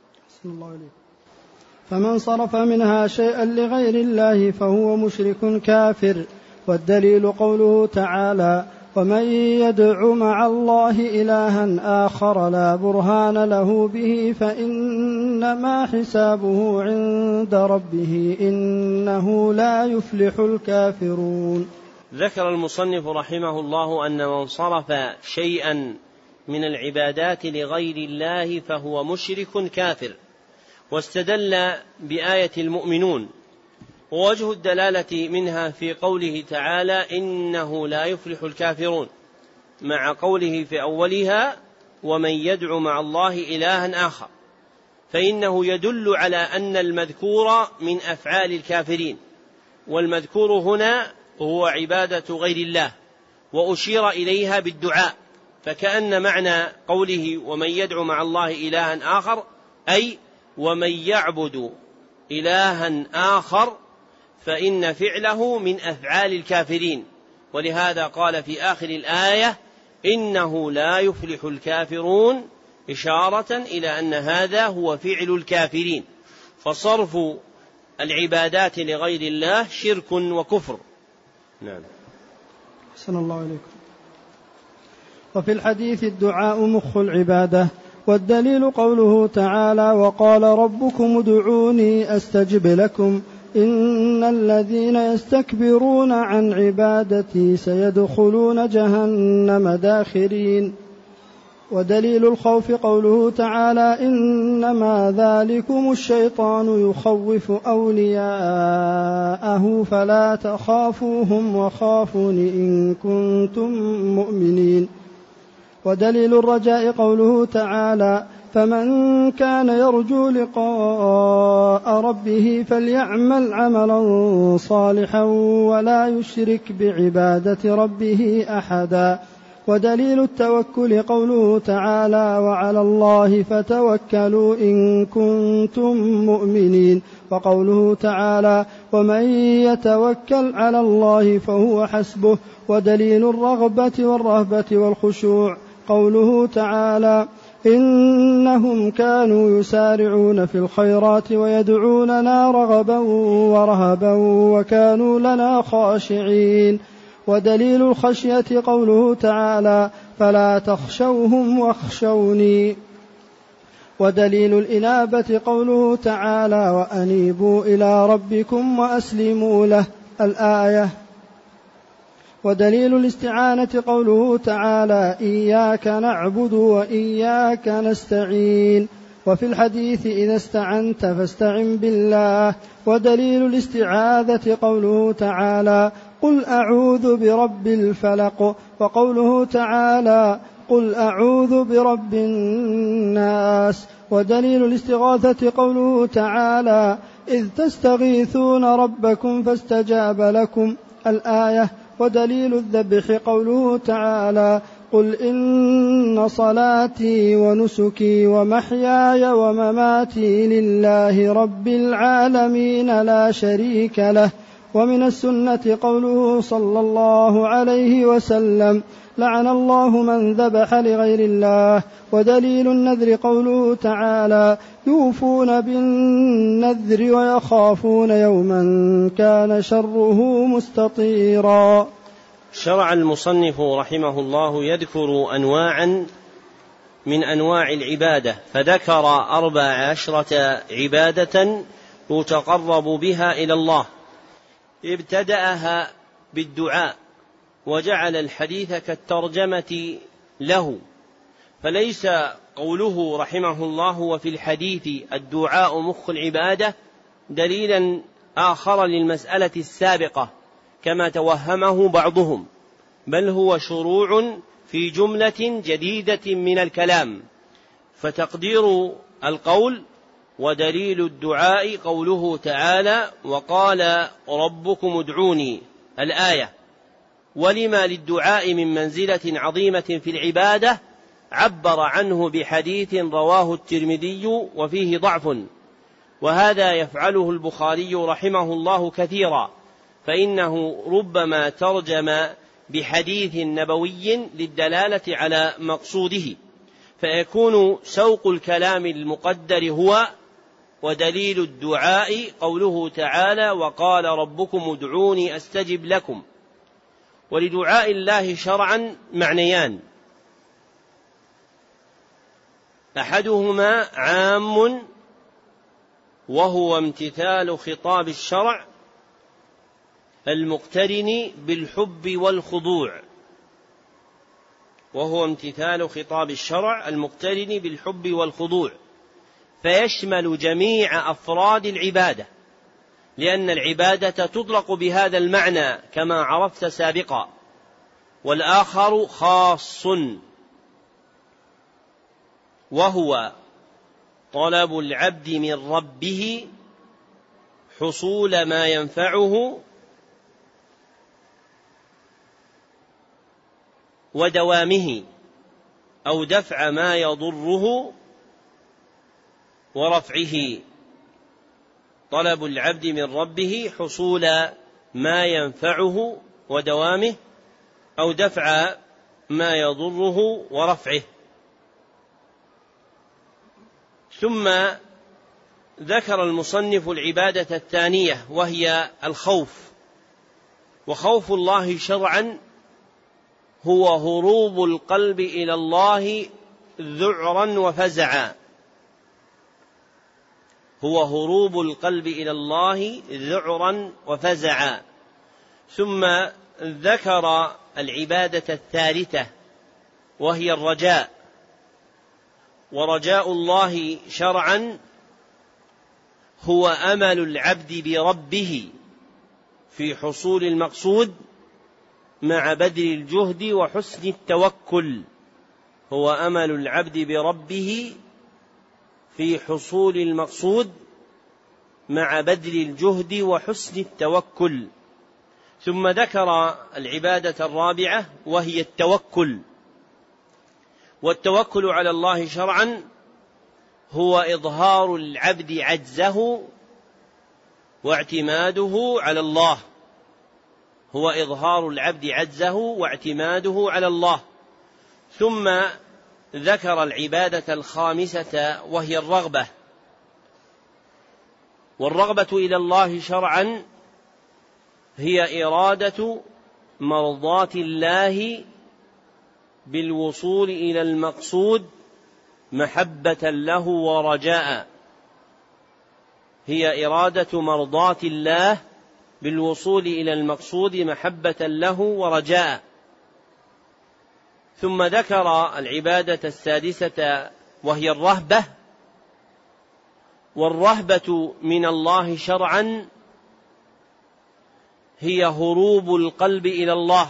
فمن صرف منها شيئا لغير الله فهو مشرك كافر. والدليل قوله تعالى: ومن يدع مع الله إلها آخر لا برهان له به فإنما حسابه عند ربه إنه لا يفلح الكافرون. ذكر المصنف رحمه الله أن من صرف شيئا من العبادات لغير الله فهو مشرك كافر، واستدل بآية المؤمنون، ووجه الدلالة منها في قوله تعالى: إنه لا يفلح الكافرون، مع قوله في أولها: ومن يدع مع الله إلها آخر، فإنه يدل على أن المذكور من أفعال الكافرين، والمذكور هنا هو عبادة غير الله، وأشير إليها بالدعاء، فكأن معنى قوله ومن يدع مع الله إلها آخر أي ومن يعبد إلها آخر فإن فعله من أفعال الكافرين، ولهذا قال في آخر الآية: إنه لا يفلح الكافرون، إشارة إلى أن هذا هو فعل الكافرين. فصرف العبادات لغير الله شرك وكفر. نعم. أحسن الله عليكم. وفي الحديث: الدعاء مخ العبادة. والدليل قوله تعالى: وقال ربكم ادعوني أستجب لكم إن الذين يستكبرون عن عبادتي سيدخلون جهنم داخرين. ودليل الخوف قوله تعالى: إنما ذلكم الشيطان يخوف أولياءه فلا تخافوهم وخافون إن كنتم مؤمنين. ودليل الرجاء قوله تعالى: فمن كان يرجو لقاء ربه فليعمل عملا صالحا ولا يشرك بعبادة ربه أحدا. ودليل التوكل قوله تعالى: وعلى الله فتوكلوا إن كنتم مؤمنين. وقوله تعالى: ومن يتوكل على الله فهو حسبه. ودليل الرغبة والرهبة والخشوع قوله تعالى: إنهم كانوا يسارعون في الخيرات ويدعوننا رغبا ورهبا وكانوا لنا خاشعين. ودليل الخشية قوله تعالى: فلا تخشوهم واخشوني. ودليل الإنابة قوله تعالى: وأنيبوا إلى ربكم وأسلموا له الآية. ودليل الاستعانة قوله تعالى: إياك نعبد وإياك نستعين. وفي الحديث: إذا استعنت فاستعن بالله. ودليل الاستعاذة قوله تعالى: قل أعوذ برب الفلق. وقوله تعالى: قل أعوذ برب الناس. ودليل الاستغاثة قوله تعالى: إذ تستغيثون ربكم فاستجاب لكم الآية. ودليل الذبح قوله تعالى: قل إن صلاتي ونسكي ومحياي ومماتي لله رب العالمين لا شريك له. ومن السنة قوله صلى الله عليه وسلم: لعن الله من ذبح لغير الله. ودليل النذر قوله تعالى: يوفون بالنذر ويخافون يوما كان شره مستطيرا. شرع المصنف رحمه الله يذكر أنواعا من أنواع العبادة، فذكر 14 عبادة يتقرب بها إلى الله. ابتدأها بالدعاء وجعل الحديث كالترجمة له، فليس قوله رحمه الله وفي الحديث الدعاء مخ العبادة دليلا آخر للمسألة السابقة كما توهمه بعضهم، بل هو شروع في جملة جديدة من الكلام. فتقدير القول: ودليل الدعاء قوله تعالى: وقال ربكم ادعوني الآية. ولما للدعاء من منزلة عظيمة في العبادة عبر عنه بحديث رواه الترمذي وفيه ضعف، وهذا يفعله البخاري رحمه الله كثيرا، فإنه ربما ترجم بحديث نبوي للدلالة على مقصوده، فيكون سوق الكلام المقدر هو ودليل الدعاء قوله تعالى: وقال ربكم ادعوني أستجب لكم. ولدعاء الله شرعا معنيان: أحدهما عام وهو امتثال خطاب الشرع المقترن بالحب والخضوع، فيشمل جميع أفراد العبادة، لأن العبادة تطلق بهذا المعنى كما عرفت سابقا. والآخر خاص وهو طلب العبد من ربه حصول ما ينفعه ودوامه، أو دفع ما يضره ورفعه. طلب العبد من ربه حصول ما ينفعه ودوامه، أو دفع ما يضره ورفعه. ثم ذكر المصنف العبادة الثانية وهي الخوف. وخوف الله شرعا هو هروب القلب إلى الله ذعرا وفزعا. ثم ذكر العبادة الثالثة وهي الرجاء. ورجاء الله شرعا هو أمل العبد بربه في حصول المقصود مع بذل الجهد وحسن التوكل. هو أمل العبد بربه في حصول المقصود مع بذل الجهد وحسن التوكل. ثم ذكر العبادة الرابعة وهي التوكل. والتوكل على الله شرعا هو إظهار العبد عجزه واعتماده على الله. ثم ذكر العبادة الخامسة وهي الرغبة. والرغبة إلى الله شرعا هي إرادة مرضاة الله بالوصول إلى المقصود محبة له ورجاء. هي إرادة مرضاة الله بالوصول إلى المقصود محبة له ورجاء. ثم ذكر العبادة السادسة وهي الرهبة. والرهبة من الله شرعا هي هروب القلب إلى الله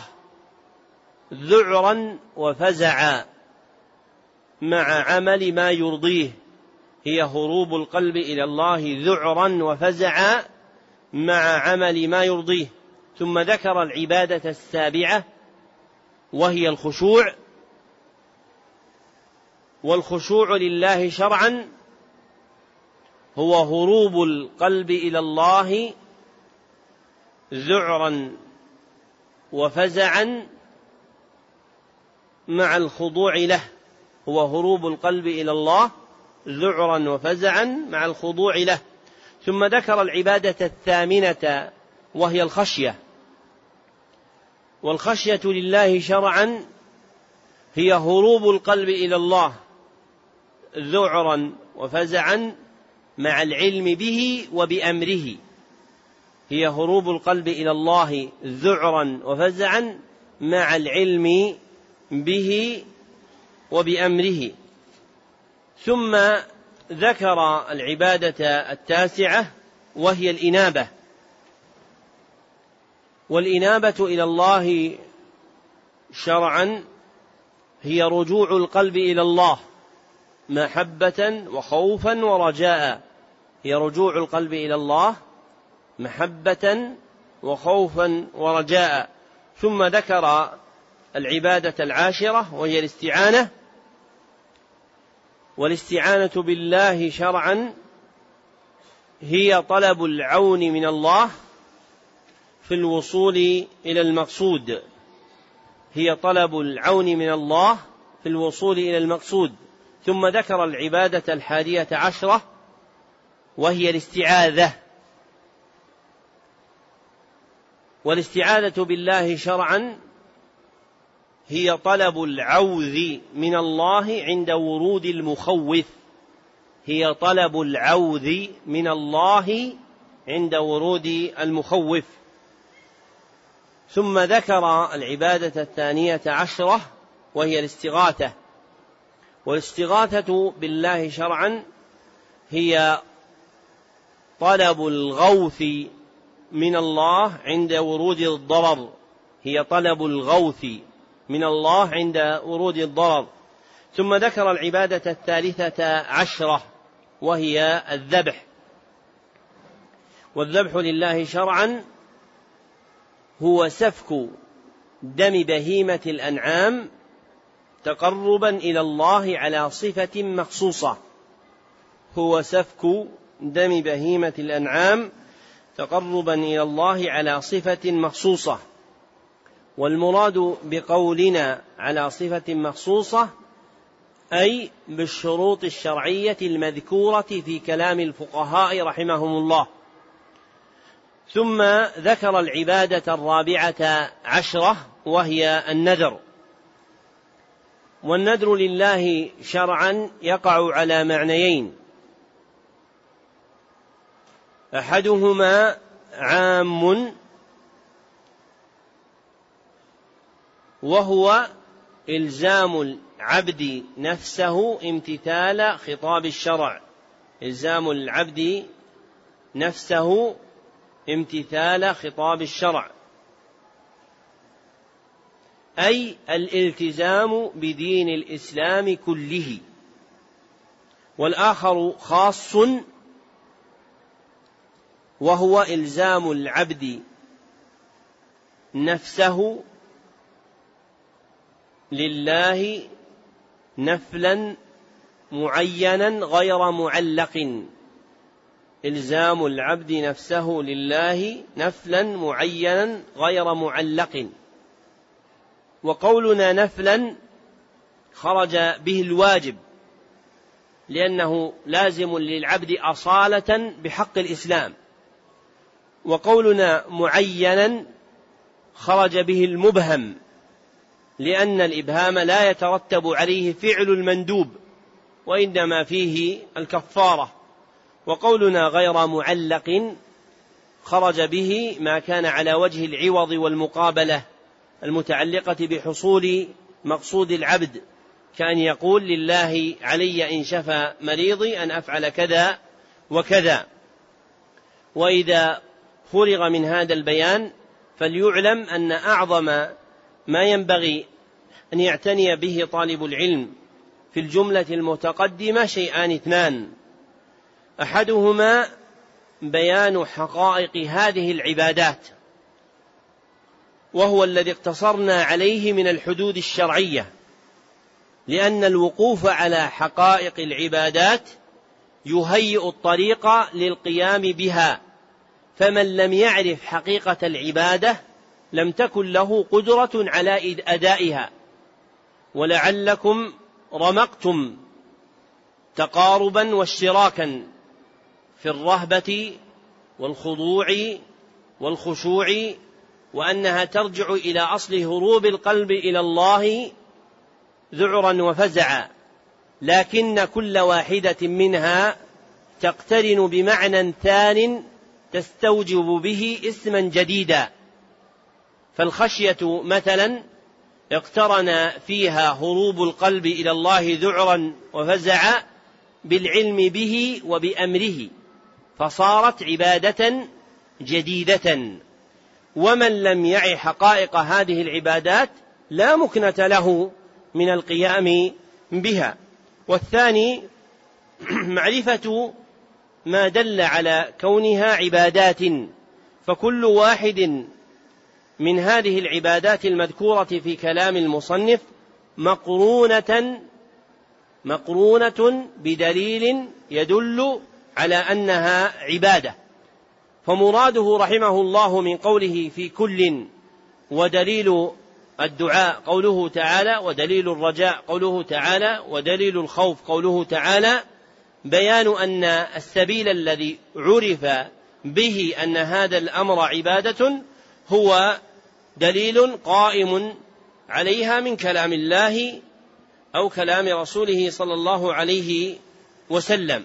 ذعرا وفزعا مع عمل ما يرضيه. هي هروب القلب إلى الله ذعرا وفزعا مع عمل ما يرضيه. ثم ذكر العبادة السابعة وهي الخشوع. والخشوع لله شرعا هو هروب القلب إلى الله ذعرا وفزعا مع الخضوع له. هو هروب القلب إلى الله ذعرا وفزعا مع الخضوع له. ثم ذكر العبادة الثامنة وهي الخشية. والخشية لله شرعا هي هروب القلب إلى الله ذعرا وفزعا مع العلم به وبأمره. هي هروب القلب إلى الله ذعرا وفزعا مع العلم به وبأمره. ثم ذكر العبادة التاسعة وهي الإنابة. والإنابة إلى الله شرعا هي رجوع القلب إلى الله محبة وخوفا ورجاء. هي رجوع القلب إلى الله محبة وخوفا ورجاء. ثم ذكر العبادة العاشرة وهي الاستعانة. والاستعانة بالله شرعا هي طلب العون من الله في الوصول إلى المقصود، هي طلب العون من الله في الوصول إلى المقصود. ثم ذكر العبادة 11 وهي الاستعاذة. والاستعاذة بالله شرعا هي طلب العوذ من الله عند ورود المخوف، هي طلب العوذ من الله عند ورود المخوف. ثم ذكر العبادة 12 وهي الاستغاثة. والاستغاثة بالله شرعا هي طلب الغوث من الله عند ورود الضرر، هي طلب الغوث من الله عند ورود الضرر. ثم ذكر العبادة 13 وهي الذبح. والذبح لله شرعا هو سفك دم بهيمة الأنعام تقربا إلى الله على صفة مخصوصة، هو سفك دم بهيمة الأنعام تقربا إلى الله على صفة مخصوصة. والمراد بقولنا على صفة مخصوصة أي بالشروط الشرعية المذكورة في كلام الفقهاء رحمهم الله. ثم ذكر العبادة 14 وهي النذر. والنذر لله شرعا يقع على معنيين: أحدهما عام وهو إلزام العبد نفسه امتثال خطاب الشرع، إلزام العبد نفسه امتثال خطاب الشرع، أي الالتزام بدين الإسلام كله. والآخر خاص وهو إلزام العبد نفسه لله نفلا معينا غير معلق، إلزام العبد نفسه لله نفلا معينا غير معلق. وقولنا نفلا خرج به الواجب لأنه لازم للعبد أصالة بحق الإسلام، وقولنا معينا خرج به المبهم لأن الإبهام لا يترتب عليه فعل المندوب وإنما فيه الكفارة. وقولنا غير معلق خرج به ما كان على وجه العوض والمقابلة المتعلقة بحصول مقصود العبد، كأن يقول لله علي إن شفى مريضي أن أفعل كذا وكذا. وإذا فرغ من هذا البيان فليعلم أن أعظم ما ينبغي أن يعتني به طالب العلم في الجملة المتقدمة شيئان اثنان: أحدهما بيان حقائق هذه العبادات، وهو الذي اقتصرنا عليه من الحدود الشرعية، لأن الوقوف على حقائق العبادات يهيئ الطريق للقيام بها، فمن لم يعرف حقيقة العبادة لم تكن له قدرة على أدائها. ولعلكم رمقتم تقاربا واشتراكا في الرهبة والخضوع والخشوع، وأنها ترجع إلى أصل هروب القلب إلى الله ذعرا وفزعا، لكن كل واحدة منها تقترن بمعنى ثان تستوجب به اسما جديدا. فالخشية مثلا اقترن فيها هروب القلب إلى الله ذعرا وفزعا بالعلم به وبأمره، فصارت عبادة جديدة. ومن لم يعي حقائق هذه العبادات لا مكنة له من القيام بها. والثاني معرفة ما دل على كونها عبادات، فكل واحد من هذه العبادات المذكورة في كلام المصنف مقرونة بدليل يدل على أنها عبادة. فمراده رحمه الله من قوله في كل، ودليل الدعاء قوله تعالى، ودليل الرجاء قوله تعالى، ودليل الخوف قوله تعالى، بيان أن السبيل الذي عرف به أن هذا الأمر عبادة هو دليل قائم عليها من كلام الله أو كلام رسوله صلى الله عليه وسلم.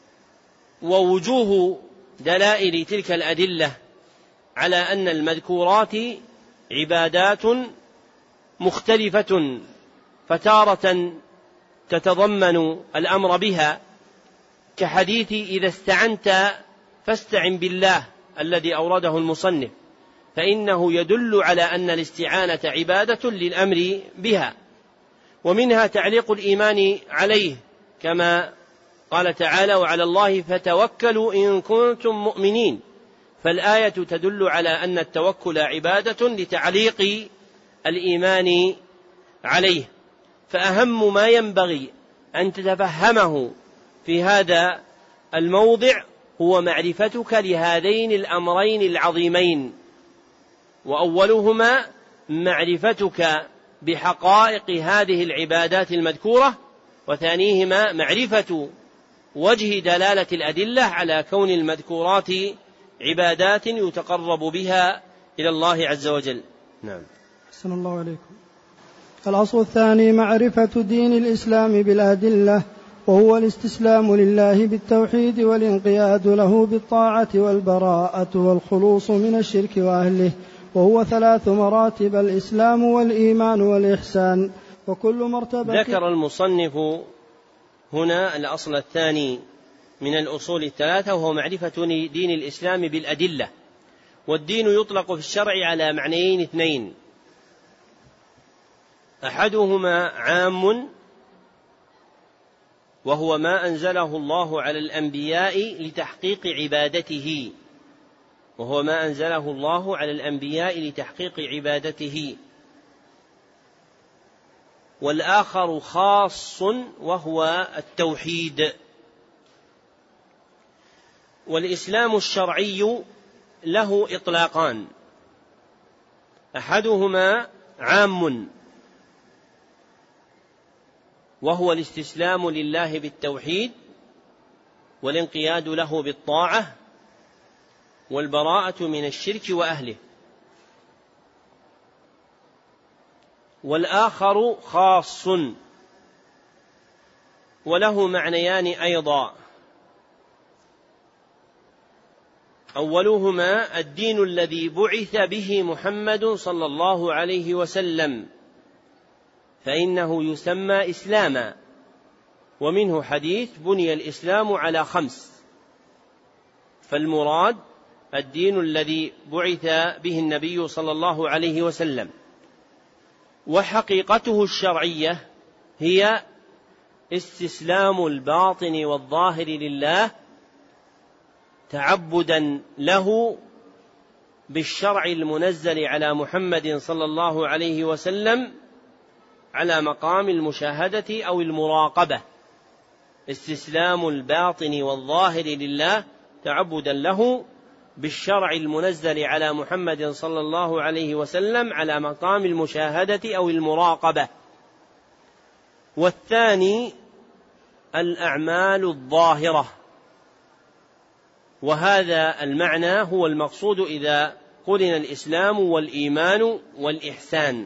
ووجوه دلائل تلك الأدلة على أن المذكورات عبادات مختلفة، فتارة تتضمن الأمر بها، كحديث إذا استعنت فاستعن بالله الذي أورده المصنف، فإنه يدل على أن الاستعانة عبادة للأمر بها. ومنها تعليق الإيمان عليه، كما قال تعالى: وعلى الله فتوكلوا إن كنتم مؤمنين. فالآية تدل على أن التوكل عبادة لتعليق الإيمان عليه. فأهم ما ينبغي أن تتفهمه في هذا الموضع هو معرفتك لهذين الأمرين العظيمين، وأولهما معرفتك بحقائق هذه العبادات المذكورة، وثانيهما معرفة وجه دلالة الأدلة على كون المذكورات عبادات يتقرب بها إلى الله عز وجل. نعم. أحسن الله عليكم. الأصل الثاني معرفة دين الإسلام بالأدلة، وهو الاستسلام لله بالتوحيد والانقياد له بالطاعة والبراءة والخلوص من الشرك وأهله، وهو 3 مراتب: الإسلام والإيمان والإحسان. وكل مرتبة ذكر المصنف هنا الأصل الثاني من الأصول 3، وهو معرفة دين الإسلام بالأدلة. والدين يطلق في الشرع على معنيين 2، أحدهما عام وهو ما أنزله الله على الأنبياء لتحقيق عبادته، والآخر خاص وهو التوحيد. والإسلام الشرعي له إطلاقان: أحدهما عام وهو الاستسلام لله بالتوحيد والانقياد له بالطاعة والبراءة من الشرك وأهله. والآخر خاص وله معنيان أيضا: أولهما الدين الذي بعث به محمد صلى الله عليه وسلم، فإنه يسمى إسلاما، ومنه حديث: بني الإسلام على 5، فالمراد الدين الذي بعث به النبي صلى الله عليه وسلم. وحقيقته الشرعية هي استسلام الباطن والظاهر لله تعبدا له بالشرع المنزل على محمد صلى الله عليه وسلم على مقام المشاهدة أو المراقبة. استسلام الباطن والظاهر لله تعبدا له بالشرع المنزل على محمد صلى الله عليه وسلم على مقام المشاهدة أو المراقبة. والثاني الأعمال الظاهرة، وهذا المعنى هو المقصود إذا قرن الإسلام والإيمان والإحسان.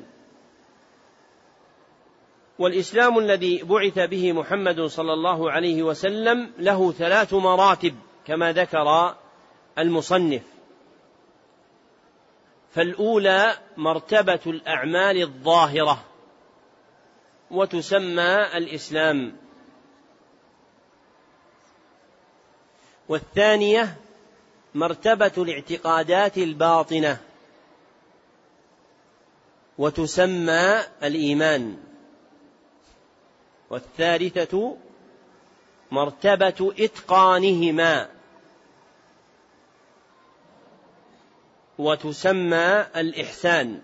والإسلام الذي بعث به محمد صلى الله عليه وسلم له 3 مراتب كما ذكر المصنف. فالأولى مرتبة الأعمال الظاهرة وتسمى الإسلام، والثانية مرتبة الاعتقادات الباطنة وتسمى الإيمان، والثالثة مرتبة إتقانهما وتسمى الإحسان.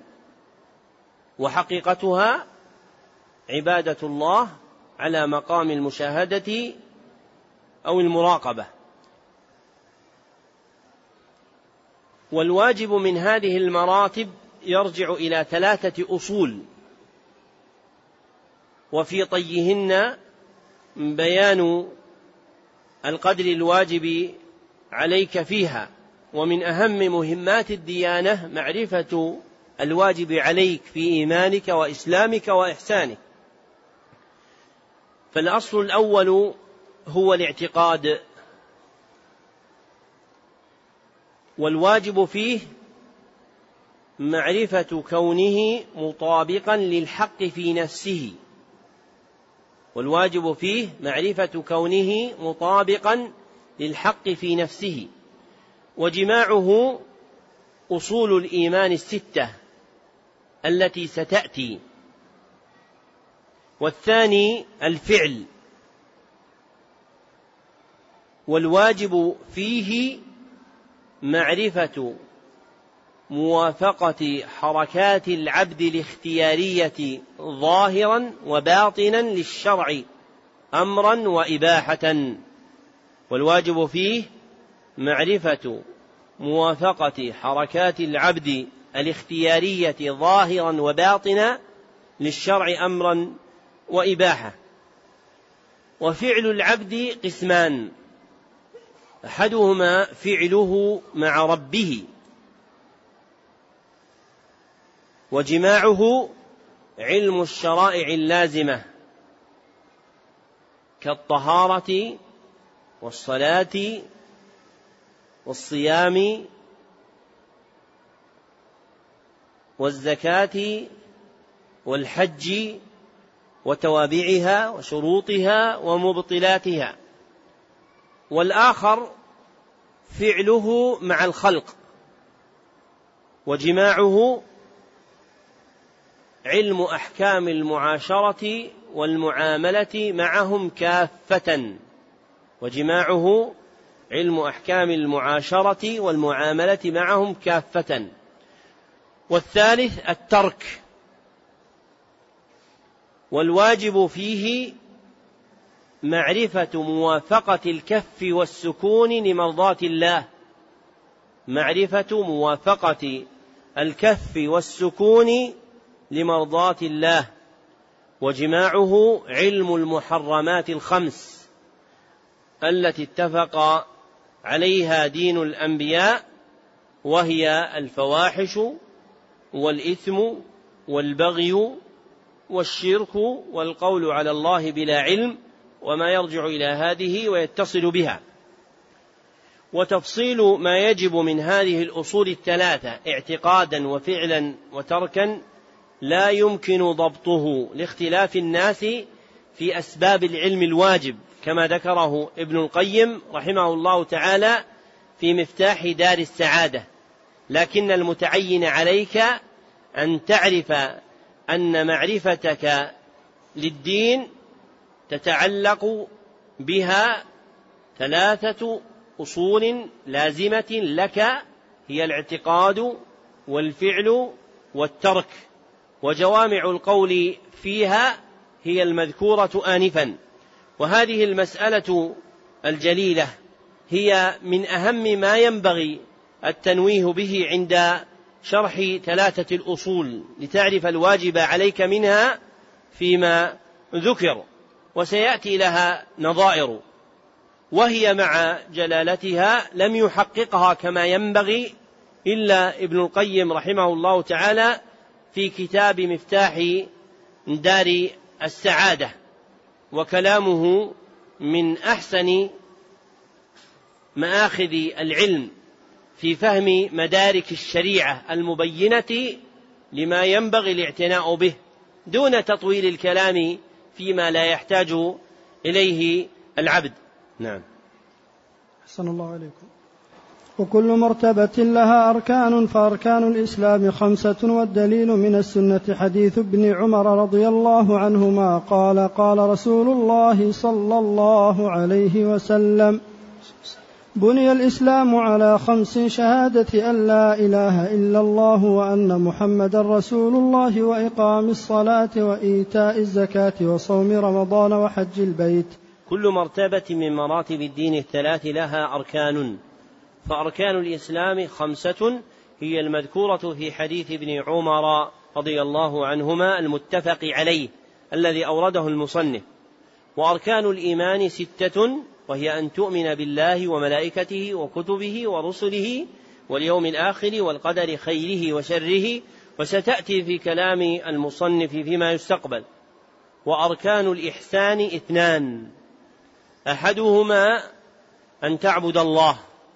وحقيقتها عبادة الله على مقام المشاهدة أو المراقبة. والواجب من هذه المراتب يرجع إلى 3 أصول، وفي طيهن بيان القدر الواجب عليك فيها. ومن أهم مهمات الديانة معرفة الواجب عليك في إيمانك وإسلامك وإحسانك. فالأصل الأول هو الاعتقاد، والواجب فيه معرفة كونه مطابقا للحق في نفسه، والواجب فيه معرفة كونه مطابقا للحق في نفسه، وجماعه أصول الإيمان 6 التي ستأتي. والثاني الفعل، والواجب فيه معرفة موافقة حركات العبد الاختيارية ظاهرا وباطنا للشرع أمرا وإباحة. والواجب فيه معرفة موافقة حركات العبد الاختيارية ظاهرا وباطنا للشرع أمرا وإباحة. وفعل العبد قسمان: أحدهما فعله مع ربه، وجماعه علم الشرائع اللازمة كالطهارة والصلاة والصيام والزكاة والحج وتوابعها وشروطها ومبطلاتها. والآخر فعله مع الخلق، وجماعه علم أحكام المعاشرة والمعاملة معهم كافة، وجماعه علم أحكام المعاشرة والمعاملة معهم كافة. والثالث الترك، والواجب فيه معرفة موافقة الكف والسكون لمرضاة الله، معرفة موافقة الكف والسكون لمرضاة الله. وجماعه علم المحرمات 5 التي اتفق عليها دين الأنبياء، وهي الفواحش والإثم والبغي والشرك والقول على الله بلا علم وما يرجع إلى هذه ويتصل بها. وتفصيل ما يجب من هذه الأصول 3 اعتقادا وفعلا وتركا لا يمكن ضبطه لاختلاف الناس في أسباب العلم الواجب، كما ذكره ابن القيم رحمه الله تعالى في مفتاح دار السعادة. لكن المتعين عليك أن تعرف أن معرفتك للدين تتعلق بها 3 أصول لازمة لك، هي الاعتقاد والفعل والترك، وجوامع القول فيها هي المذكورة آنفا. وهذه المسألة الجليلة هي من أهم ما ينبغي التنويه به عند شرح 3 الأصول، لتعرف الواجب عليك منها فيما ذكر، وسيأتي لها نظائر، وهي مع جلالتها لم يحققها كما ينبغي إلا ابن القيم رحمه الله تعالى في كتاب مفتاح دار السعادة. وكلامه من أحسن مآخذ العلم في فهم مدارك الشريعة المبينة لما ينبغي الاعتناء به، دون تطويل الكلام فيما لا يحتاج إليه العبد. نعم. أحسن الله عليكم. وكل مرتبة لها أركان، فأركان الإسلام 5، والدليل من السنة حديث ابن عمر رضي الله عنهما قال: قال رسول الله صلى الله عليه وسلم: بني الإسلام على 5: شهادة أن لا إله إلا الله وأن محمد رسول الله، وإقام الصلاة وإيتاء الزكاة وصوم رمضان وحج البيت. كل مرتبة من مراتب الدين 3 لها أركان، فأركان الإسلام 5 هي المذكورة في حديث ابن عمر رضي الله عنهما المتفق عليه الذي أورده المصنف. وأركان الإيمان 6 وهي أن تؤمن بالله وملائكته وكتبه ورسله واليوم الآخر والقدر خيره وشره، وستأتي في كلام المصنف فيما يستقبل. وأركان الإحسان 2 أحدهما أن تعبد الله،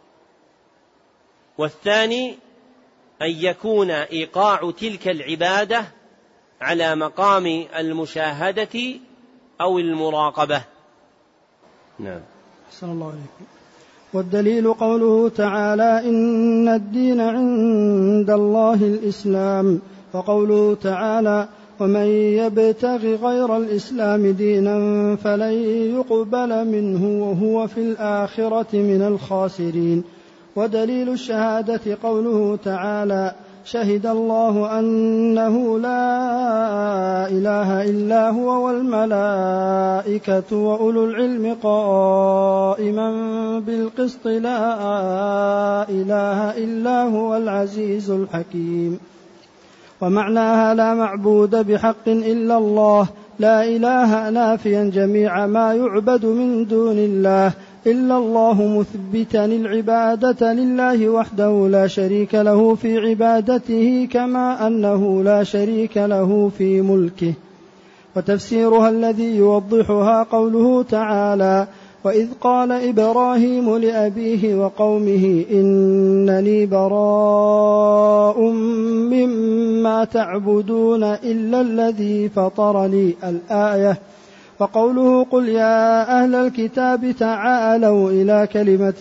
والثاني أن يكون إيقاع تلك العبادة على مقام المشاهدة أو المراقبة. نعم. أحسن الله عليكم. والدليل قوله تعالى إن الدين عند الله الإسلام، وقوله تعالى ومن يبتغ غير الإسلام دينا فلن يقبل منه وهو في الآخرة من الخاسرين. ودليل الشهادة قوله تعالى شهد الله أنه لا إله إلا هو والملائكة وأولو العلم قائما بالقسط لا إله إلا هو العزيز الحكيم. ومعناها لا معبود بحق إلا الله، لا إله نافيا جميع ما يعبد من دون الله إلا الله، مثبتا العبادة لله وحده لا شريك له في عبادته كما أنه لا شريك له في ملكه. وتفسيرها الذي يوضحها قوله تعالى وإذ قال إبراهيم لأبيه وقومه إنني براء مما تعبدون إلا الذي فطرني الآية. وقوله قل يا أهل الكتاب تعالوا إلى كلمة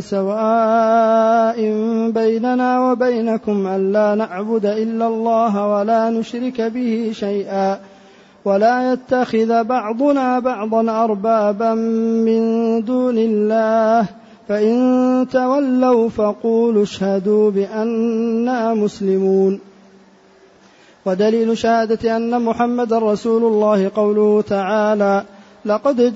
سواء بيننا وبينكم ألا نعبد إلا الله ولا نشرك به شيئا ولا يتخذ بعضنا بعضا أربابا من دون الله فإن تولوا فقولوا اشهدوا بأننا مسلمون. ودليل شهادة أن محمد رسول الله قوله تعالى لقد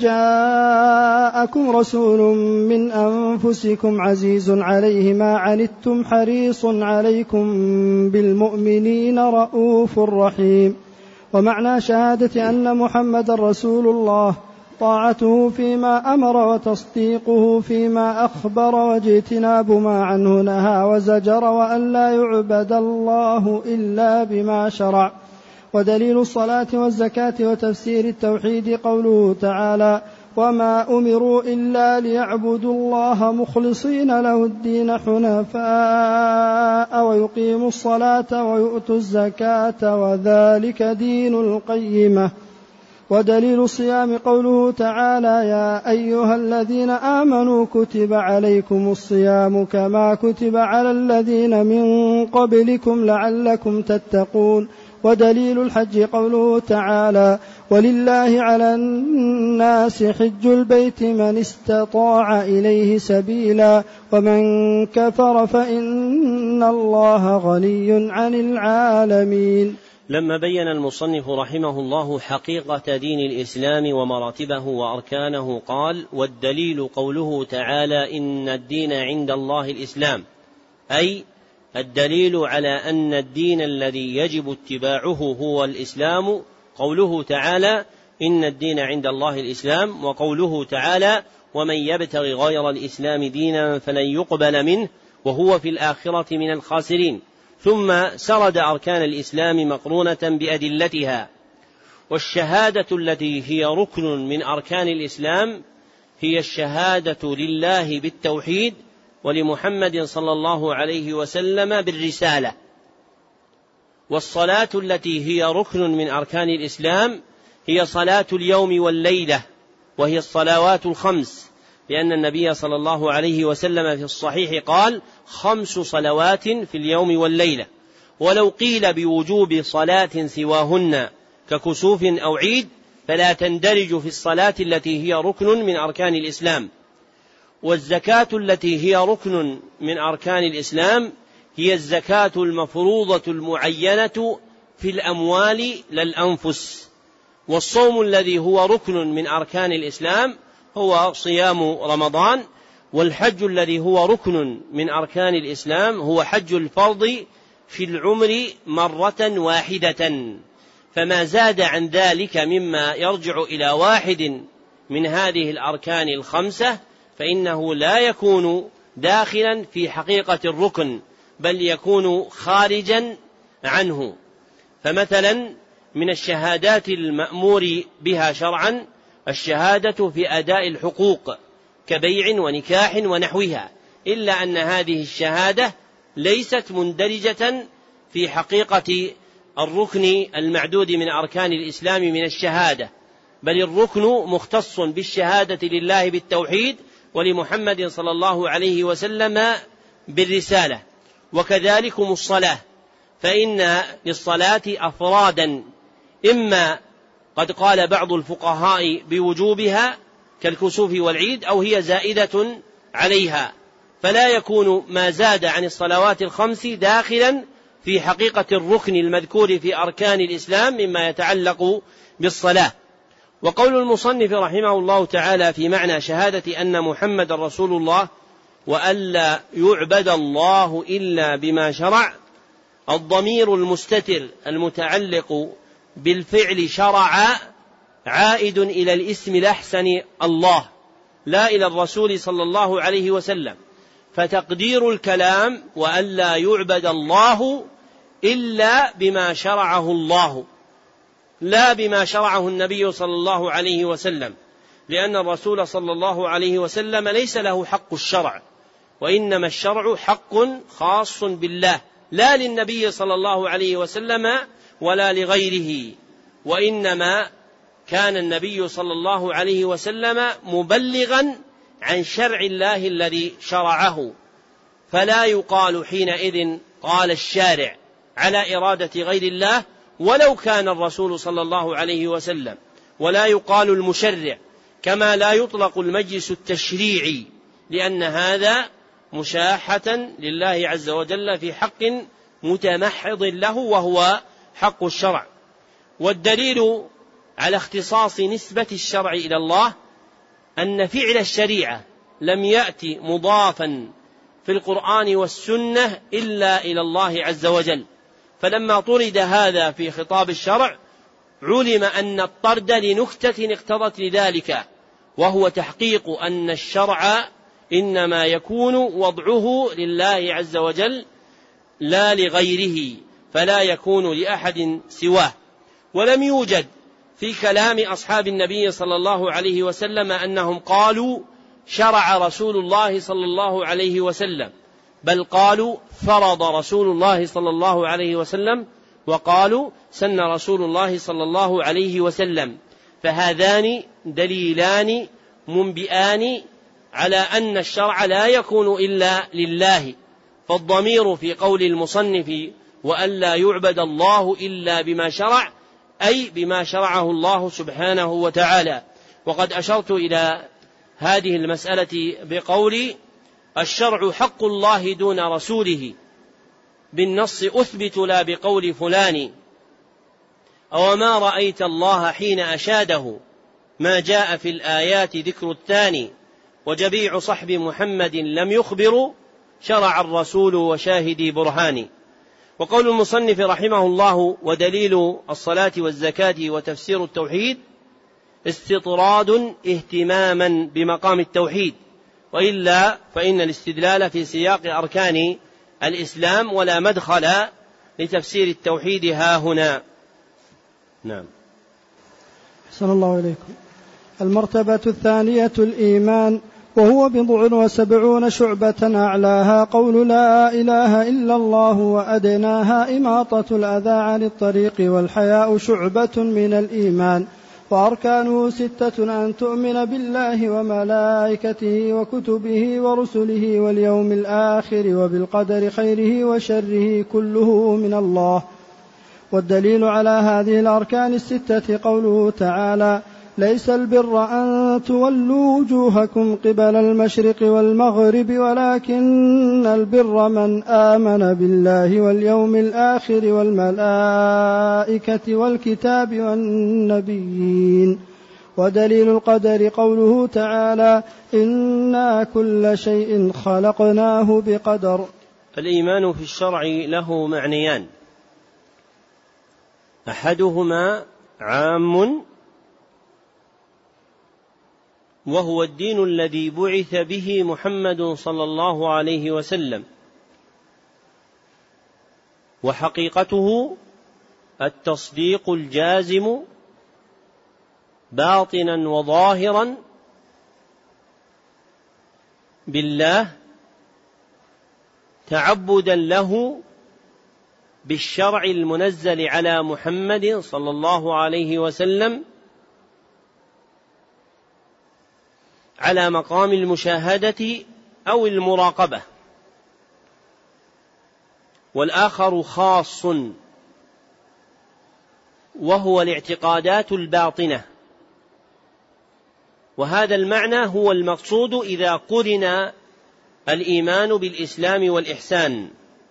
جاءكم رسول من أنفسكم عزيز عليه ما عنتم حريص عليكم بالمؤمنين رؤوف رحيم. ومعنى شهادة أن محمد رسول الله طاعته فيما أمر وتصديقه فيما أخبر واجتناب ما عنه نهى وزجر وأن لا يعبد الله إلا بما شرع. ودليل الصلاة والزكاة وتفسير التوحيد قوله تعالى وما أمروا إلا ليعبدوا الله مخلصين له الدين حنفاء ويقيموا الصلاة ويؤتوا الزكاة وذلك دين القيمة. ودليل الصيام قوله تعالى يا أيها الذين آمنوا كتب عليكم الصيام كما كتب على الذين من قبلكم لعلكم تتقون. ودليل الحج قوله تعالى ولله على الناس حج البيت من استطاع إليه سبيلا ومن كفر فإن الله غني عن العالمين. لما بين المصنف رحمه الله حقيقة دين الإسلام ومراتبه وأركانه قال والدليل قوله تعالى إن الدين عند الله الإسلام، أي الدليل على أن الدين الذي يجب اتباعه هو الإسلام قوله تعالى إن الدين عند الله الإسلام، وقوله تعالى ومن يبتغ غير الإسلام دينا فلن يقبل منه وهو في الآخرة من الخاسرين. ثم سرد أركان الإسلام مقرونة بأدلتها. والشهادة التي هي ركن من أركان الإسلام هي الشهادة لله بالتوحيد ولمحمد صلى الله عليه وسلم بالرسالة. والصلاة التي هي ركن من أركان الإسلام هي صلاة اليوم والليلة، وهي الصلوات الخمس، لأن النبي صلى الله عليه وسلم في الصحيح قال 5 صلوات في اليوم والليلة. ولو قيل بوجوب صلاة سواهن ككسوف أو عيد فلا تندرج في الصلاة التي هي ركن من أركان الإسلام. والزكاة التي هي ركن من أركان الإسلام هي الزكاة المفروضة المعينة في الأموال لا الأنفس. والصوم الذي هو ركن من أركان الإسلام هو صيام رمضان. والحج الذي هو ركن من أركان الإسلام هو حج الفرض في العمر مرة واحدة، فما زاد عن ذلك مما يرجع إلى واحد من هذه الأركان الخمسة فإنه لا يكون داخلا في حقيقة الركن، بل يكون خارجا عنه. فمثلا من الشهادات المأمور بها شرعا الشهادة في أداء الحقوق كبيع ونكاح ونحوها، إلا أن هذه الشهادة ليست مندرجة في حقيقة الركن المعدود من أركان الإسلام من الشهادة، بل الركن مختص بالشهادة لله بالتوحيد ولمحمد صلى الله عليه وسلم بالرسالة. وكذلكم الصلاة، فإن للصلاة أفرادا، إما قد قال بعض الفقهاء بوجوبها كالكسوف والعيد، أو هي زائدة عليها، فلا يكون ما زاد عن الصلوات الخمس داخلا في حقيقة الركن المذكور في أركان الإسلام مما يتعلق بالصلاة. وقول المصنف رحمه الله تعالى في معنى شهادة أن محمد رسول الله وألا يعبد الله إلا بما شرع، الضمير المستتر المتعلق بالفعل شرع عائد إلى الاسم الأحسن الله، لا إلى الرسول صلى الله عليه وسلم، فتقدير الكلام وألا يعبد الله إلا بما شرعه الله، لا بما شرعه النبي صلى الله عليه وسلم، لأن الرسول صلى الله عليه وسلم ليس له حق الشرع، وإنما الشرع حق خاص بالله، لا للنبي صلى الله عليه وسلم ولا لغيره، وإنما كان النبي صلى الله عليه وسلم مبلغا عن شرع الله الذي شرعه، فلا يقال حينئذ قال الشارع على إرادة غير الله ولو كان الرسول صلى الله عليه وسلم، ولا يقال المشرع، كما لا يطلق المجلس التشريعي، لأن هذا مشاحة لله عز وجل في حق متمحض له وهو حق الشرع. والدليل على اختصاص نسبة الشرع إلى الله أن فعل الشريعة لم يأتي مضافا في القرآن والسنة إلا إلى الله عز وجل، فلما طرد هذا في خطاب الشرع علم أن الطرد لنكتة اقتضت لذلك، وهو تحقيق أن الشرع إنما يكون وضعه لله عز وجل لا لغيره، فلا يكون لأحد سواه. ولم يوجد في كلام أصحاب النبي صلى الله عليه وسلم أنهم قالوا شرع رسول الله صلى الله عليه وسلم، بل قالوا فرض رسول الله صلى الله عليه وسلم، وقالوا سن رسول الله صلى الله عليه وسلم، فهذان دليلان منبئان على أن الشرع لا يكون إلا لله. فالضمير في قول المصنف وألا يعبد الله إلا بما شرع أي بما شرعه الله سبحانه وتعالى. وقد أشرت إلى هذه المسألة بقولي الشرع حق الله دون رسوله بالنص أثبت لا بقول فلان، أو ما رأيت الله حين أشاده ما جاء في الآيات ذكر الثاني، وجميع صحب محمد لم يخبروا شرع الرسول وشاهدي برهاني. وقول المصنف رحمه الله ودليل الصلاة والزكاة وتفسير التوحيد استطراد اهتماما بمقام التوحيد، وإلا فإن الاستدلال في سياق أركان الإسلام ولا مدخل لتفسير التوحيد ها هنا. نعم. أحسن الله إليكم. المرتبة الثانية الإيمان، وهو 70 شعبة، أعلاها قول لا إله إلا الله، وأدناها إماطة الأذى عن الطريق، والحياء شعبة من الإيمان. وأركانه 6: أن تؤمن بالله وملائكته وكتبه ورسله واليوم الآخر وبالقدر خيره وشره كله من الله. والدليل على هذه الأركان 6 قوله تعالى: ليس البر أن تولوا وجوهكم قبل المشرق والمغرب ولكن البر من آمن بالله واليوم الآخر والملائكة والكتاب والنبيين ودليل القدر قوله تعالى إنا كل شيء خلقناه بقدر. الإيمان في الشرع له معنيان، أحدهما عام وهو الدين الذي بعث به محمد صلى الله عليه وسلم، وحقيقته التصديق الجازم باطنا وظاهرا بالله تعبدا له بالشرع المنزل على محمد صلى الله عليه وسلم على مقام المشاهدة أو المراقبة. والآخر خاص وهو الاعتقادات الباطنة، وهذا المعنى هو المقصود إذا قرن الإيمان بالإسلام والإحسان.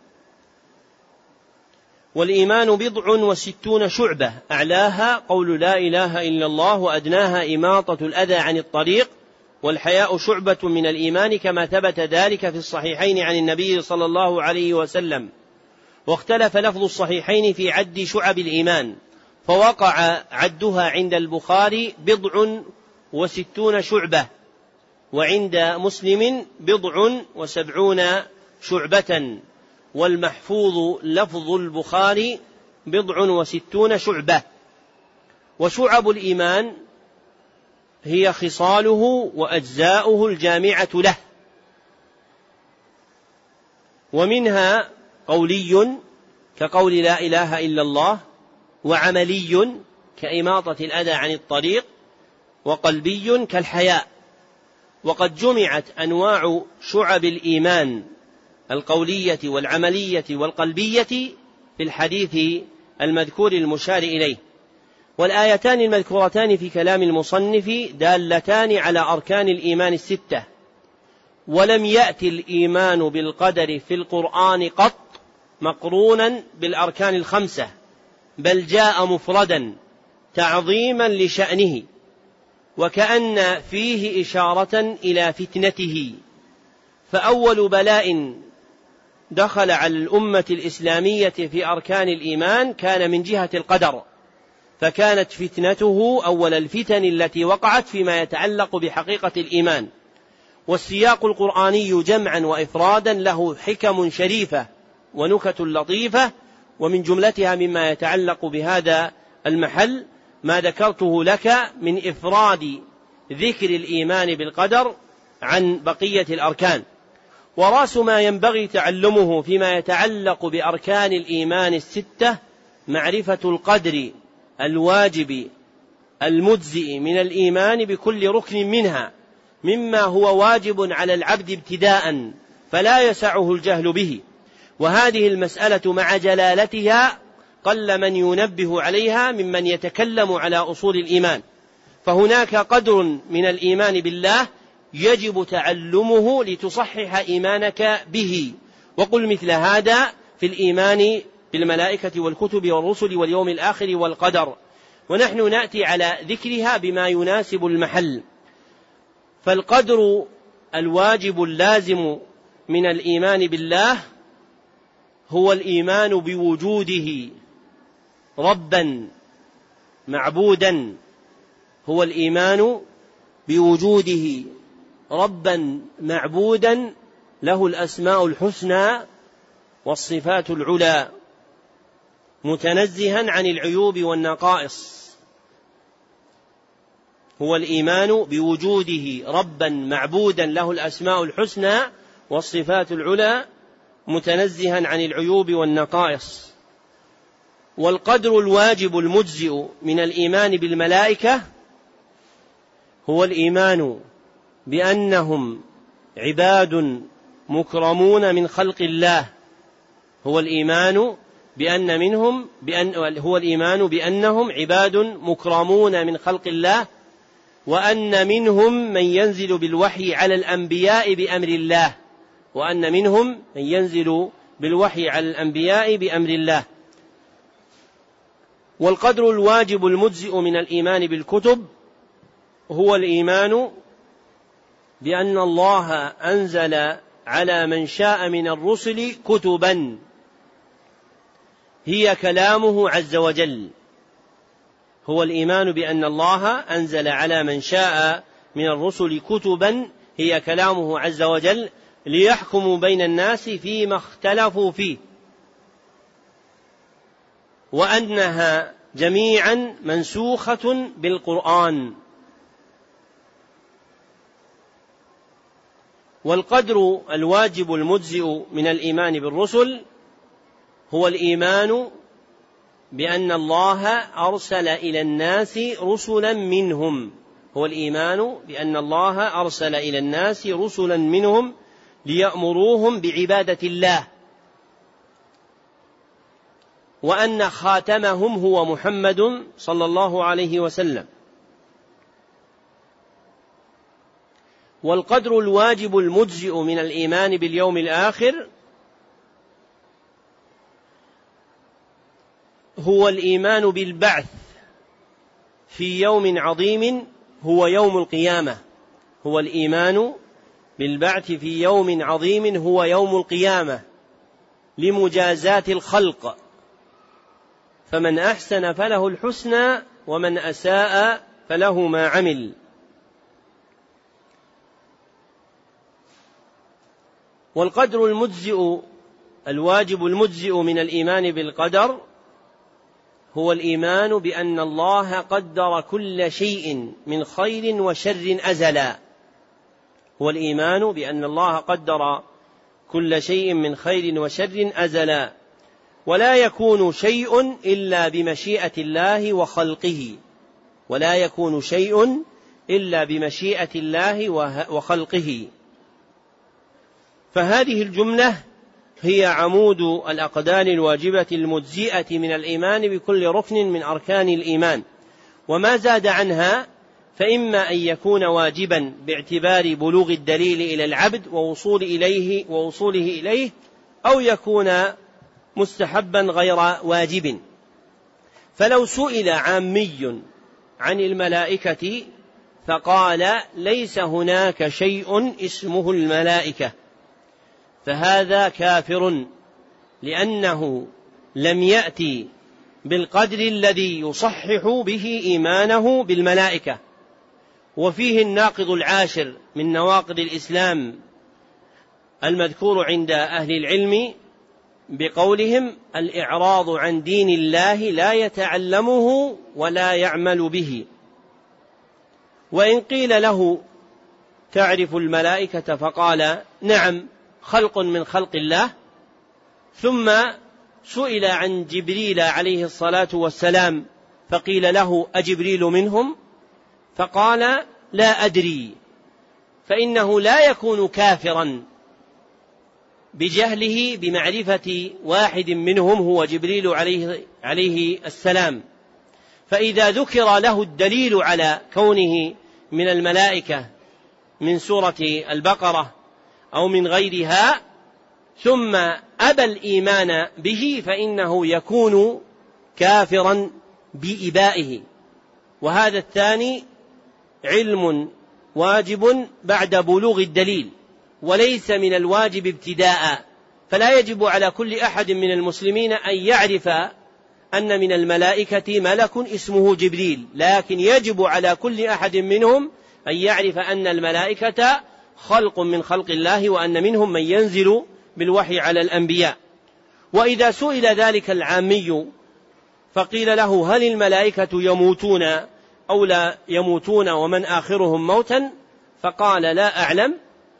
والإيمان 67 شعبة، أعلاها قول لا إله إلا الله، وأدناها إماطة الأذى عن الطريق، والحياء شعبة من الإيمان كما ثبت ذلك في الصحيحين عن النبي صلى الله عليه وسلم. واختلف لفظ الصحيحين في عد شعب الإيمان، فوقع عدها عند البخاري 67 شعبة، وعند مسلم 70 شعبة، والمحفوظ لفظ البخاري 67 شعبة. وشعب الإيمان هي خصاله وأجزاؤه الجامعة له، ومنها قولي كقول لا إله إلا الله، وعملي كإماطة الأذى عن الطريق، وقلبي كالحياء. وقد جمعت أنواع شعب الإيمان القولية والعملية والقلبية في الحديث المذكور المشار إليه. والآيتان المذكورتان في كلام المصنف دالتان على أركان الإيمان 6، ولم يأتي الإيمان بالقدر في القرآن قط مقرونا بالأركان 5، بل جاء مفردا تعظيما لشأنه، وكأن فيه إشارة إلى فتنته. فأول بلاء دخل على الأمة الإسلامية في أركان الإيمان كان من جهة القدر، فكانت فتنته أول الفتن التي وقعت فيما يتعلق بحقيقة الإيمان. والسياق القرآني جمعا وإفرادا له حكم شريفة ونكت لطيفة، ومن جملتها مما يتعلق بهذا المحل ما ذكرته لك من إفراد ذكر الإيمان بالقدر عن بقية الأركان. ورأس ما ينبغي تعلمه فيما يتعلق بأركان الإيمان 6 معرفة القدر الواجب المجزئ من الإيمان بكل ركن منها، مما هو واجب على العبد ابتداء فلا يسعه الجهل به. وهذه المسألة مع جلالتها قل من ينبه عليها ممن يتكلم على أصول الإيمان، فهناك قدر من الإيمان بالله يجب تعلمه لتصحح إيمانك به. وقل مثل هذا في الإيمان بالملائكة والكتب والرسل واليوم الآخر والقدر، ونحن نأتي على ذكرها بما يناسب المحل. فالقدر الواجب اللازم من الإيمان بالله هو الإيمان بوجوده ربا معبودا، هو الإيمان بوجوده ربا معبودا له الأسماء الحسنى والصفات العلى، متنزها عن العيوب والنقائص. هو الإيمان بوجوده ربا معبودا له الأسماء الحسنى والصفات العلى، متنزها عن العيوب والنقائص. والقدر الواجب المجزئ من الإيمان بالملائكة هو الإيمان بأنهم عباد مكرمون من خلق الله، هو الإيمان بأنهم عباد مكرمون من خلق الله، وأن منهم من ينزل بالوحي على الأنبياء بأمر الله، وأن منهم من ينزل بالوحي على الأنبياء بأمر الله. والقدر الواجب المجزئ من الإيمان بالكتب هو الإيمان بأن الله أنزل على من شاء من الرسل كتبا هي كلامه عز وجل. هو الإيمان بأن الله أنزل على من شاء من الرسل كتبا هي كلامه عز وجل ليحكموا بين الناس فيما اختلفوا فيه، وأنها جميعا منسوخة بالقرآن. والقدر الواجب المجزئ من الإيمان بالرسل هو الإيمان بأن الله أرسل إلى الناس رسلا منهم. هو الإيمان بأن الله أرسل إلى الناس رسلا منهم ليأمروهم بعبادة الله، وأن خاتمهم هو محمد صلى الله عليه وسلم. والقدر الواجب المجزئ من الإيمان باليوم الآخر هو الإيمان بالبعث في يوم عظيم هو يوم القيامة. هو الإيمان بالبعث في يوم عظيم هو يوم القيامة لمجازاة الخلق، فمن أحسن فله الحسنى ومن أساء فله ما عمل. والقدر المجزئ الواجب المجزئ من الإيمان بالقدر هو الإيمان بأن الله قدر كل شيء من خير وشر أزلا. هو الإيمان بأن الله قدر كل شيء من خير وشر أزلا، ولا يكون شيء إلا بمشيئة الله وخلقه. ولا يكون شيء إلا بمشيئة الله وخلقه. فهذه الجملة هي عمود الأقدار الواجبة المجزئة من الإيمان بكل ركن من أركان الإيمان، وما زاد عنها فإما أن يكون واجبا باعتبار بلوغ الدليل إلى العبد ووصوله إليه، أو يكون مستحبا غير واجب. فلو سئل عامي عن الملائكة فقال ليس هناك شيء اسمه الملائكة، فهذا كافر، لأنه لم يأتي بالقدر الذي يصحح به إيمانه بالملائكة. وفيه الناقض العاشر من نواقض الإسلام المذكور عند أهل العلم بقولهم الإعراض عن دين الله لا يتعلمه ولا يعمل به. وإن قيل له تعرف الملائكة فقال نعم خلق من خلق الله، ثم سئل عن جبريل عليه الصلاة والسلام فقيل له أجبريل منهم؟ فقال لا أدري، فإنه لا يكون كافرا بجهله بمعرفة واحد منهم هو جبريل عليه السلام. فإذا ذكر له الدليل على كونه من الملائكة من سورة البقرة أو من غيرها ثم أبى الإيمان به فإنه يكون كافرا بإبائه. وهذا الثاني علم واجب بعد بلوغ الدليل، وليس من الواجب ابتداء. فلا يجب على كل أحد من المسلمين أن يعرف أن من الملائكة ملك اسمه جبريل، لكن يجب على كل أحد منهم أن يعرف أن الملائكة خلق من خلق الله، وأن منهم من ينزل بالوحي على الأنبياء. وإذا سئل ذلك العامي فقيل له هل الملائكة يموتون أو لا يموتون ومن آخرهم موتا؟ فقال لا أعلم،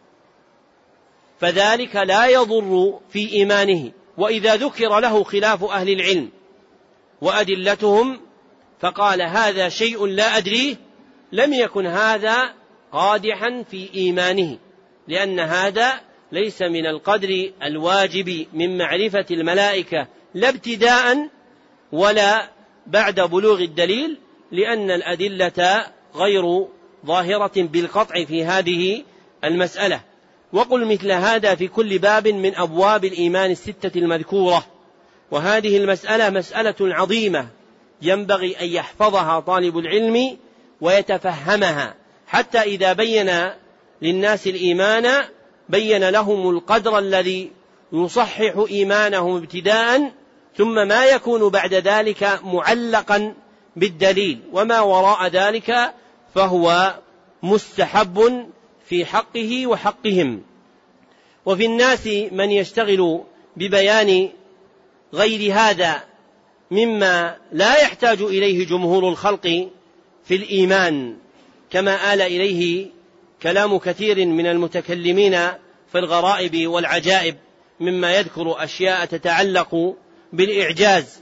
فذلك لا يضر في إيمانه. وإذا ذكر له خلاف أهل العلم وأدلتهم فقال هذا شيء لا أدريه، لم يكن هذا قادحا في إيمانه، لأن هذا ليس من القدر الواجب من معرفة الملائكة لا ابتداء ولا بعد بلوغ الدليل، لأن الأدلة غير ظاهرة بالقطع في هذه المسألة. وقل مثل هذا في كل باب من أبواب الإيمان الستة المذكورة. وهذه المسألة مسألة عظيمة ينبغي أن يحفظها طالب العلم ويتفهمها، حتى إذا بين للناس الإيمان بين لهم القدر الذي يصحح إيمانهم ابتداء، ثم ما يكون بعد ذلك معلقا بالدليل، وما وراء ذلك فهو مستحب في حقه وحقهم. وفي الناس من يشتغل ببيان غير هذا مما لا يحتاج إليه جمهور الخلق في الإيمان، كما آل إليه كلام كثير من المتكلمين في الغرائب والعجائب، مما يذكر أشياء تتعلق بالإعجاز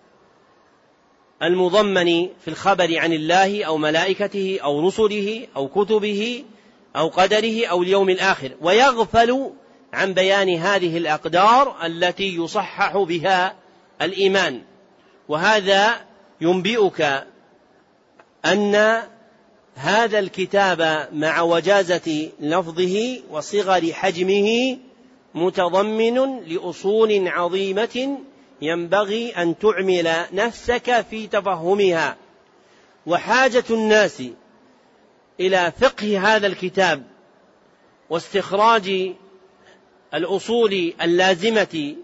المضمن في الخبر عن الله أو ملائكته أو رسله أو كتبه أو قدره أو اليوم الآخر، ويغفل عن بيان هذه الأقدار التي يصحح بها الإيمان. وهذا ينبئك أن هذا الكتاب مع وجازة لفظه وصغر حجمه متضمن لأصول عظيمة ينبغي أن تعمل نفسك في تفهمها. وحاجة الناس إلى فقه هذا الكتاب واستخراج الأصول اللازمة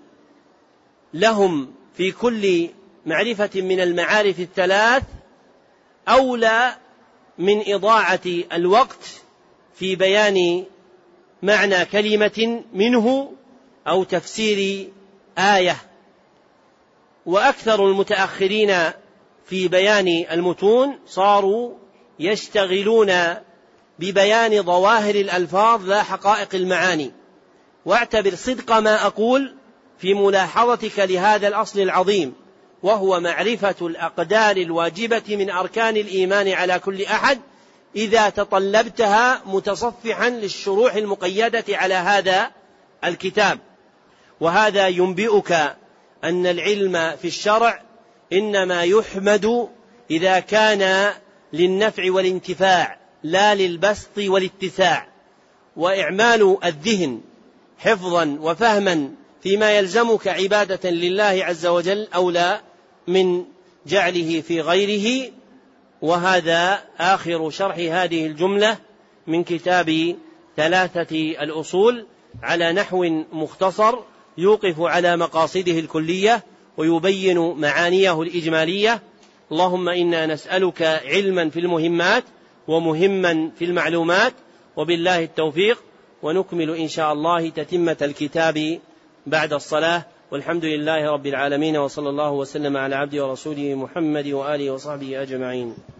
لهم في كل معرفة من المعارف الثلاث أولى من إضاعة الوقت في بيان معنى كلمة منه أو تفسير آية. وأكثر المتأخرين في بيان المتون صاروا يشتغلون ببيان ظواهر الألفاظ لا حقائق المعاني. واعتبر صدق ما أقول في ملاحظتك لهذا الأصل العظيم، وهو معرفة الأقدار الواجبة من أركان الإيمان على كل أحد إذا تطلبتها متصفحا للشروح المقيدة على هذا الكتاب. وهذا ينبئك أن العلم في الشرع إنما يحمد إذا كان للنفع والانتفاع لا للبسط والاتساع. وإعمال الذهن حفظا وفهما فيما يلزمك عبادة لله عز وجل أولى من جعله في غيره. وهذا آخر شرح هذه الجملة من كتاب ثلاثة الأصول على نحو مختصر يوقف على مقاصده الكلية ويبين معانيه الإجمالية. اللهم إنا نسألك علما في المهمات ومهما في المعلومات، وبالله التوفيق. ونكمل إن شاء الله تتمة الكتاب بعد الصلاة، والحمد لله رب العالمين، وصلى الله وسلم على عبده ورسوله محمد وآله وصحبه أجمعين.